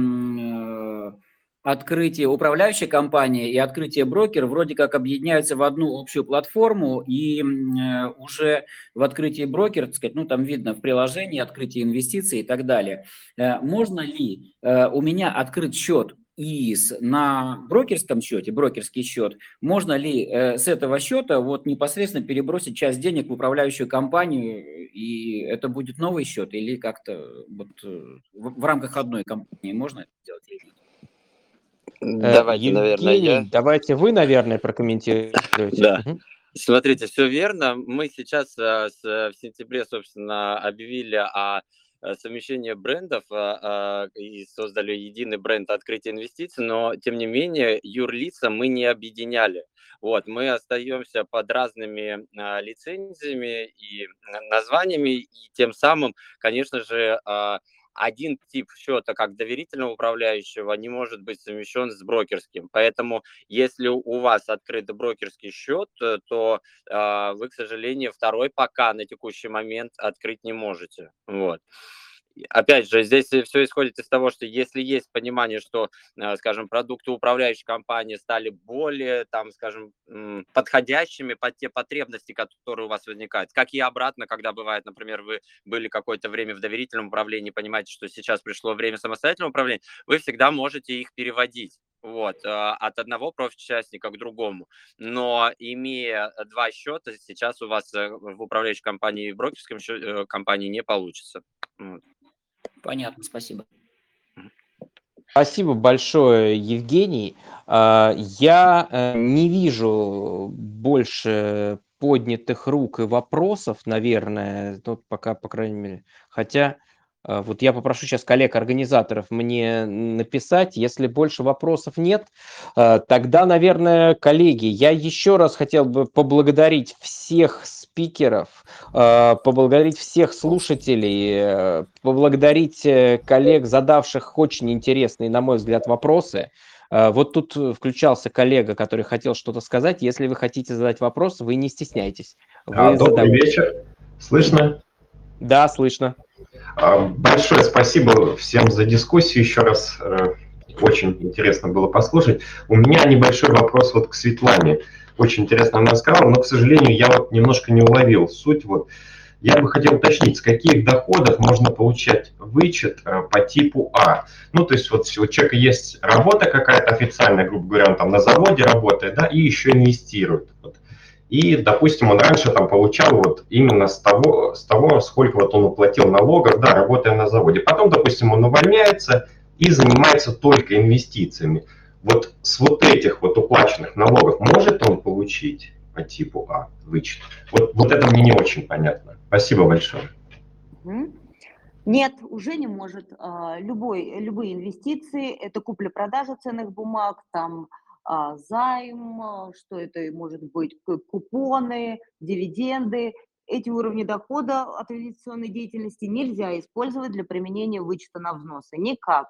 [SPEAKER 7] открытие управляющей компании и открытие брокера вроде как объединяются в одну общую платформу, и уже в открытии брокера, так сказать, ну там видно в приложении открытие инвестиций и так далее. Можно ли у меня открыть счет ИИС на брокерском счете, брокерский счет, можно ли с этого счета вот непосредственно перебросить часть денег в управляющую компанию, и это будет новый счет, или как-то вот в рамках одной компании можно это сделать или нет?
[SPEAKER 2] Давайте, наверное, я.
[SPEAKER 1] Евгений, давайте вы, наверное, прокомментируете.
[SPEAKER 2] Да.
[SPEAKER 1] Мгм.
[SPEAKER 2] Смотрите, все верно. Мы сейчас в сентябре, собственно, объявили о совмещении брендов и создали единый бренд открытия инвестиций, но, тем не менее, юрлица мы не объединяли. Вот, мы остаемся под разными лицензиями и названиями, и тем самым, конечно же, один тип счета, как доверительного управляющего, не может быть совмещен с брокерским. Поэтому, если у вас открыт брокерский счет, то вы, к сожалению, второй пока на текущий момент открыть не можете. Вот. Опять же, здесь все исходит из того, что если есть понимание, что, скажем, продукты управляющей компании стали более, там, скажем, подходящими под те потребности, которые у вас возникают, как и обратно, когда бывает, например, вы были какое-то время в доверительном управлении, понимаете, что сейчас пришло время самостоятельного управления, вы всегда можете их переводить. Вот, от одного профучастника к другому. Но имея два счета, сейчас у вас в управляющей компании и в брокерской компании не получится. Вот.
[SPEAKER 7] Понятно, спасибо.
[SPEAKER 1] Спасибо большое, Евгений. Я не вижу больше поднятых рук и вопросов, наверное, ну, пока, по крайней мере. Хотя вот я попрошу сейчас коллег-организаторов мне написать. Если больше вопросов нет, тогда, наверное, коллеги, я еще раз хотел бы поблагодарить всех спикеров, поблагодарить всех слушателей, поблагодарить коллег, задавших очень интересные, на мой взгляд, вопросы. Вот тут включался коллега, который хотел что-то сказать. Если вы хотите задать вопрос, вы не стесняйтесь. Вы
[SPEAKER 8] Добрый
[SPEAKER 1] задавайте.
[SPEAKER 8] вечер. Слышно?
[SPEAKER 1] Да, слышно.
[SPEAKER 8] Большое спасибо всем за дискуссию. Еще раз очень интересно было послушать. У меня небольшой вопрос вот к Светлане. Очень интересно она сказала, но, к сожалению, я вот немножко не уловил суть. Вот я бы хотел уточнить, с каких доходов можно получать вычет по типу А. Ну, то есть вот у человека есть работа какая-то официальная, грубо говоря, он там на заводе работает, да, и еще инвестирует. Вот. И, допустим, он раньше там получал вот именно с того, сколько вот он уплатил налогов, да, работая на заводе. Потом, допустим, он увольняется и занимается только инвестициями. Вот с вот этих вот уплаченных налогов может он получить по типу А вычет? Вот это мне не очень понятно. Спасибо большое.
[SPEAKER 3] Нет, уже не может. Любые инвестиции, это купля-продажа ценных бумаг, там займ, что это может быть, купоны, дивиденды. Эти уровни дохода от инвестиционной деятельности нельзя использовать для применения вычета на взносы. Никак.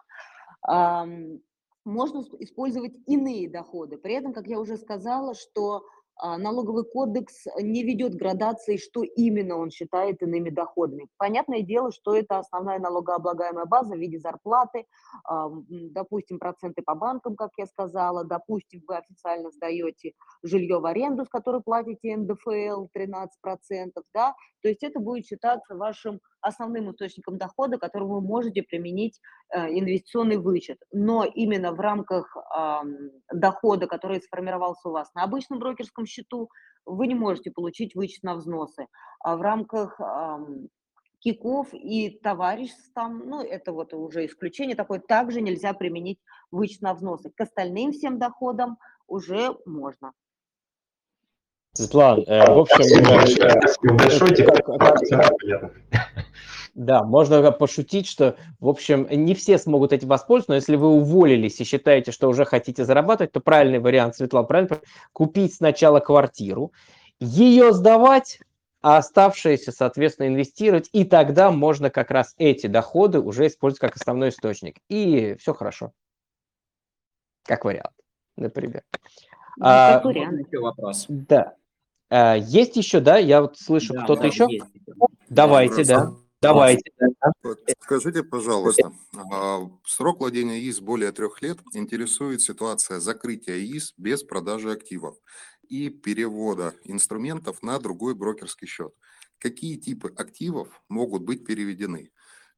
[SPEAKER 3] Можно использовать иные доходы. При этом, как я уже сказала, что налоговый кодекс не ведет градации, что именно он считает иными доходами. Понятное дело, что это основная налогооблагаемая база в виде зарплаты, допустим, проценты по банкам, как я сказала, допустим, вы официально сдаете жилье в аренду, с которой платите НДФЛ 13%, да, то есть это будет считаться вашим основным источником дохода, который вы можете применить инвестиционный вычет. Но именно в рамках дохода, который сформировался у вас на обычном брокерском счету, вы не можете получить вычет на взносы. А в рамках КИКов и товариществ, там, ну, это вот уже исключение такое, также нельзя применить вычет на взносы. К остальным всем доходам уже можно.
[SPEAKER 1] Светлана, в общем...
[SPEAKER 8] Спасибо большое.
[SPEAKER 1] Да, можно пошутить, что, в общем, не все смогут этим воспользоваться, но если вы уволились и считаете, что уже хотите зарабатывать, то правильный вариант, Светлана, правильно, купить сначала квартиру, ее сдавать, а оставшиеся, соответственно, инвестировать, и тогда можно как раз эти доходы уже использовать как основной источник. И все хорошо. Как вариант, например.
[SPEAKER 3] Как вариант.
[SPEAKER 7] Еще вопрос.
[SPEAKER 1] Да. Есть еще, да? Я вот слышу,
[SPEAKER 7] Да,
[SPEAKER 1] кто-то
[SPEAKER 7] да,
[SPEAKER 1] еще?
[SPEAKER 7] есть.
[SPEAKER 1] Давайте, да. Давайте.
[SPEAKER 9] Вот скажите, пожалуйста, срок владения ИИС более 3 лет, интересует ситуация закрытия ИИС без продажи активов и перевода инструментов на другой брокерский счет. Какие типы активов могут быть переведены?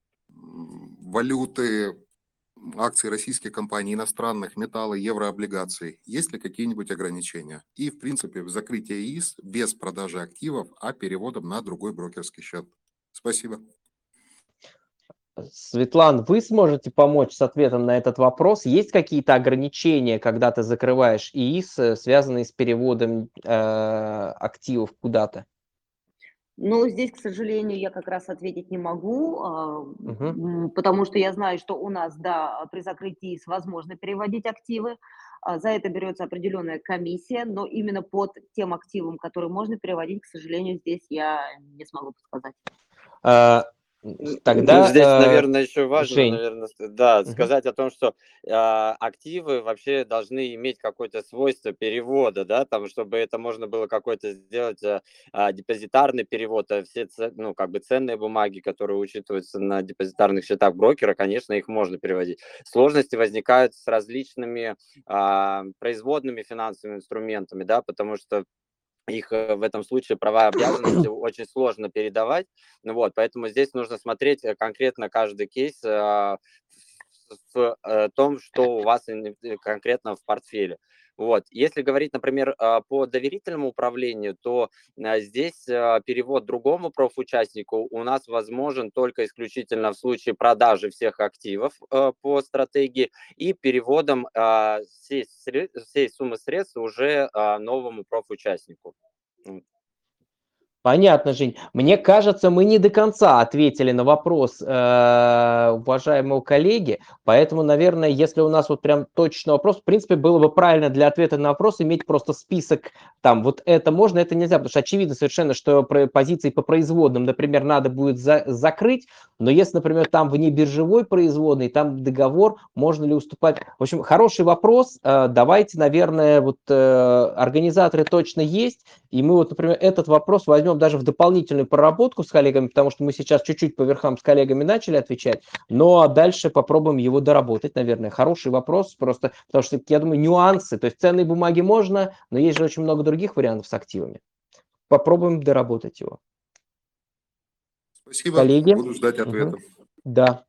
[SPEAKER 9] Валюты, акции российских компаний, иностранных, металлы, еврооблигации. Есть ли какие-нибудь ограничения? И, в принципе, закрытие ИИС без продажи активов, а переводом на другой брокерский счет. Спасибо.
[SPEAKER 1] Светлана, вы сможете помочь с ответом на этот вопрос? Есть какие-то ограничения, когда ты закрываешь ИИС, связанные с переводом активов куда-то?
[SPEAKER 3] Ну, здесь, к сожалению, я как раз ответить не могу, потому что я знаю, что у нас, да, при закрытии возможно переводить активы. За это берется определенная комиссия, но именно под тем активом, который можно переводить, к сожалению, здесь я не смогу подсказать.
[SPEAKER 1] А,
[SPEAKER 2] Ну,
[SPEAKER 1] Тогда,
[SPEAKER 2] здесь, наверное, еще важно,
[SPEAKER 1] Жень.
[SPEAKER 2] наверное, да,
[SPEAKER 1] Мгм.
[SPEAKER 2] сказать о том, что активы вообще должны иметь какое-то свойство перевода, да, там, чтобы это можно было какой-то сделать депозитарный перевод, все ну, как бы ценные бумаги, которые учитываются на депозитарных счетах брокера, конечно, их можно переводить. Сложности возникают с различными производными финансовыми инструментами, да, потому что их в этом случае права и обязанности очень сложно передавать. Ну вот, поэтому здесь нужно смотреть конкретно каждый кейс в том, что у вас конкретно в портфеле. Вот. Если говорить, например, по доверительному управлению, то здесь перевод другому профучастнику у нас возможен только исключительно в случае продажи всех активов по стратегии и переводом всей суммы средств уже новому профучастнику.
[SPEAKER 1] Понятно, Жень. Мне кажется, мы не до конца ответили на вопрос уважаемого коллеги, поэтому, наверное, если у нас вот прям точный вопрос, в принципе, было бы правильно для ответа на вопрос иметь просто список, там, вот это можно, это нельзя, потому что очевидно совершенно, что позиции по производным, например, надо будет закрыть, но если, например, там внебиржевой производный, там договор, можно ли уступать? В общем, хороший вопрос. Давайте, наверное, вот организаторы точно есть, и мы вот, например, этот вопрос возьмем даже в дополнительную проработку с коллегами, потому что мы сейчас чуть-чуть по верхам с коллегами начали отвечать, но дальше попробуем его доработать, наверное. Хороший вопрос, просто потому что, я думаю, нюансы, то есть ценные бумаги можно, но есть же очень много других вариантов с активами. Попробуем доработать его.
[SPEAKER 9] Спасибо.
[SPEAKER 1] Коллеги?
[SPEAKER 9] Буду ждать ответа.
[SPEAKER 1] Да.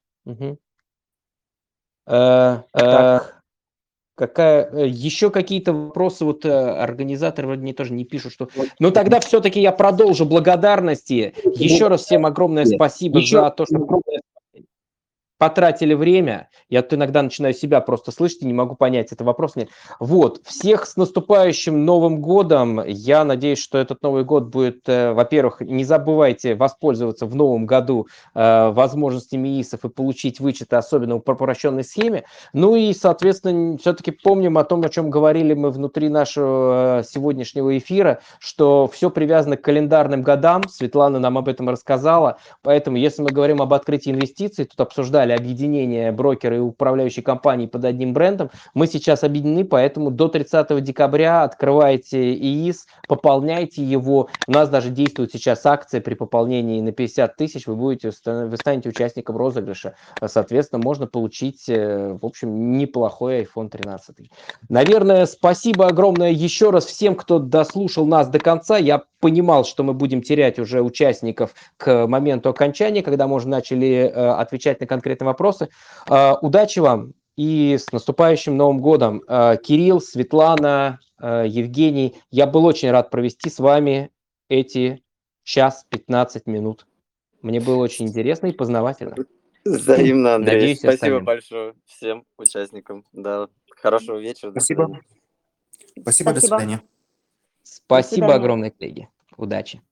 [SPEAKER 1] Так. Еще какие-то вопросы, вот организаторы вроде мне тоже не пишут, что... Ну тогда все-таки я продолжу благодарности. Еще раз всем огромное спасибо за то, что потратили время. Я тут иногда начинаю себя просто слышать и не могу понять, это вопрос нет. Вот, всех с наступающим Новым годом. Я надеюсь, что этот Новый год будет, во-первых, не забывайте воспользоваться в новом году возможностями ИИСов и получить вычеты, особенно по упрощенной схеме. Ну и, соответственно, все-таки помним о том, о чем говорили мы внутри нашего сегодняшнего эфира, что все привязано к календарным годам. Светлана нам об этом рассказала. Поэтому, если мы говорим об открытии инвестиций, тут обсуждали объединение брокера и управляющей компании под одним брендом. Мы сейчас объединены, поэтому до 30 декабря открывайте ИИС, пополняйте его. У нас даже действует сейчас акция при пополнении на 50 тысяч, вы станете участником розыгрыша. Соответственно, можно получить, в общем, неплохой iPhone 13. Наверное, спасибо огромное еще раз всем, кто дослушал нас до конца. Я понимал, что мы будем терять уже участников к моменту окончания, когда мы уже начали отвечать на конкретные вопросы. Удачи вам и с наступающим Новым годом. Кирилл, Светлана, Евгений, я был очень рад провести с вами эти час 15 минут. Мне было очень интересно и познавательно.
[SPEAKER 2] Взаимно, Андрей.
[SPEAKER 1] Надеюсь,
[SPEAKER 2] Спасибо
[SPEAKER 1] остальным.
[SPEAKER 2] большое всем участникам. Да, хорошего вечера.
[SPEAKER 4] Спасибо. Спасибо, до свидания.
[SPEAKER 1] Спасибо
[SPEAKER 3] свидания.
[SPEAKER 1] огромное, коллеги. Удачи.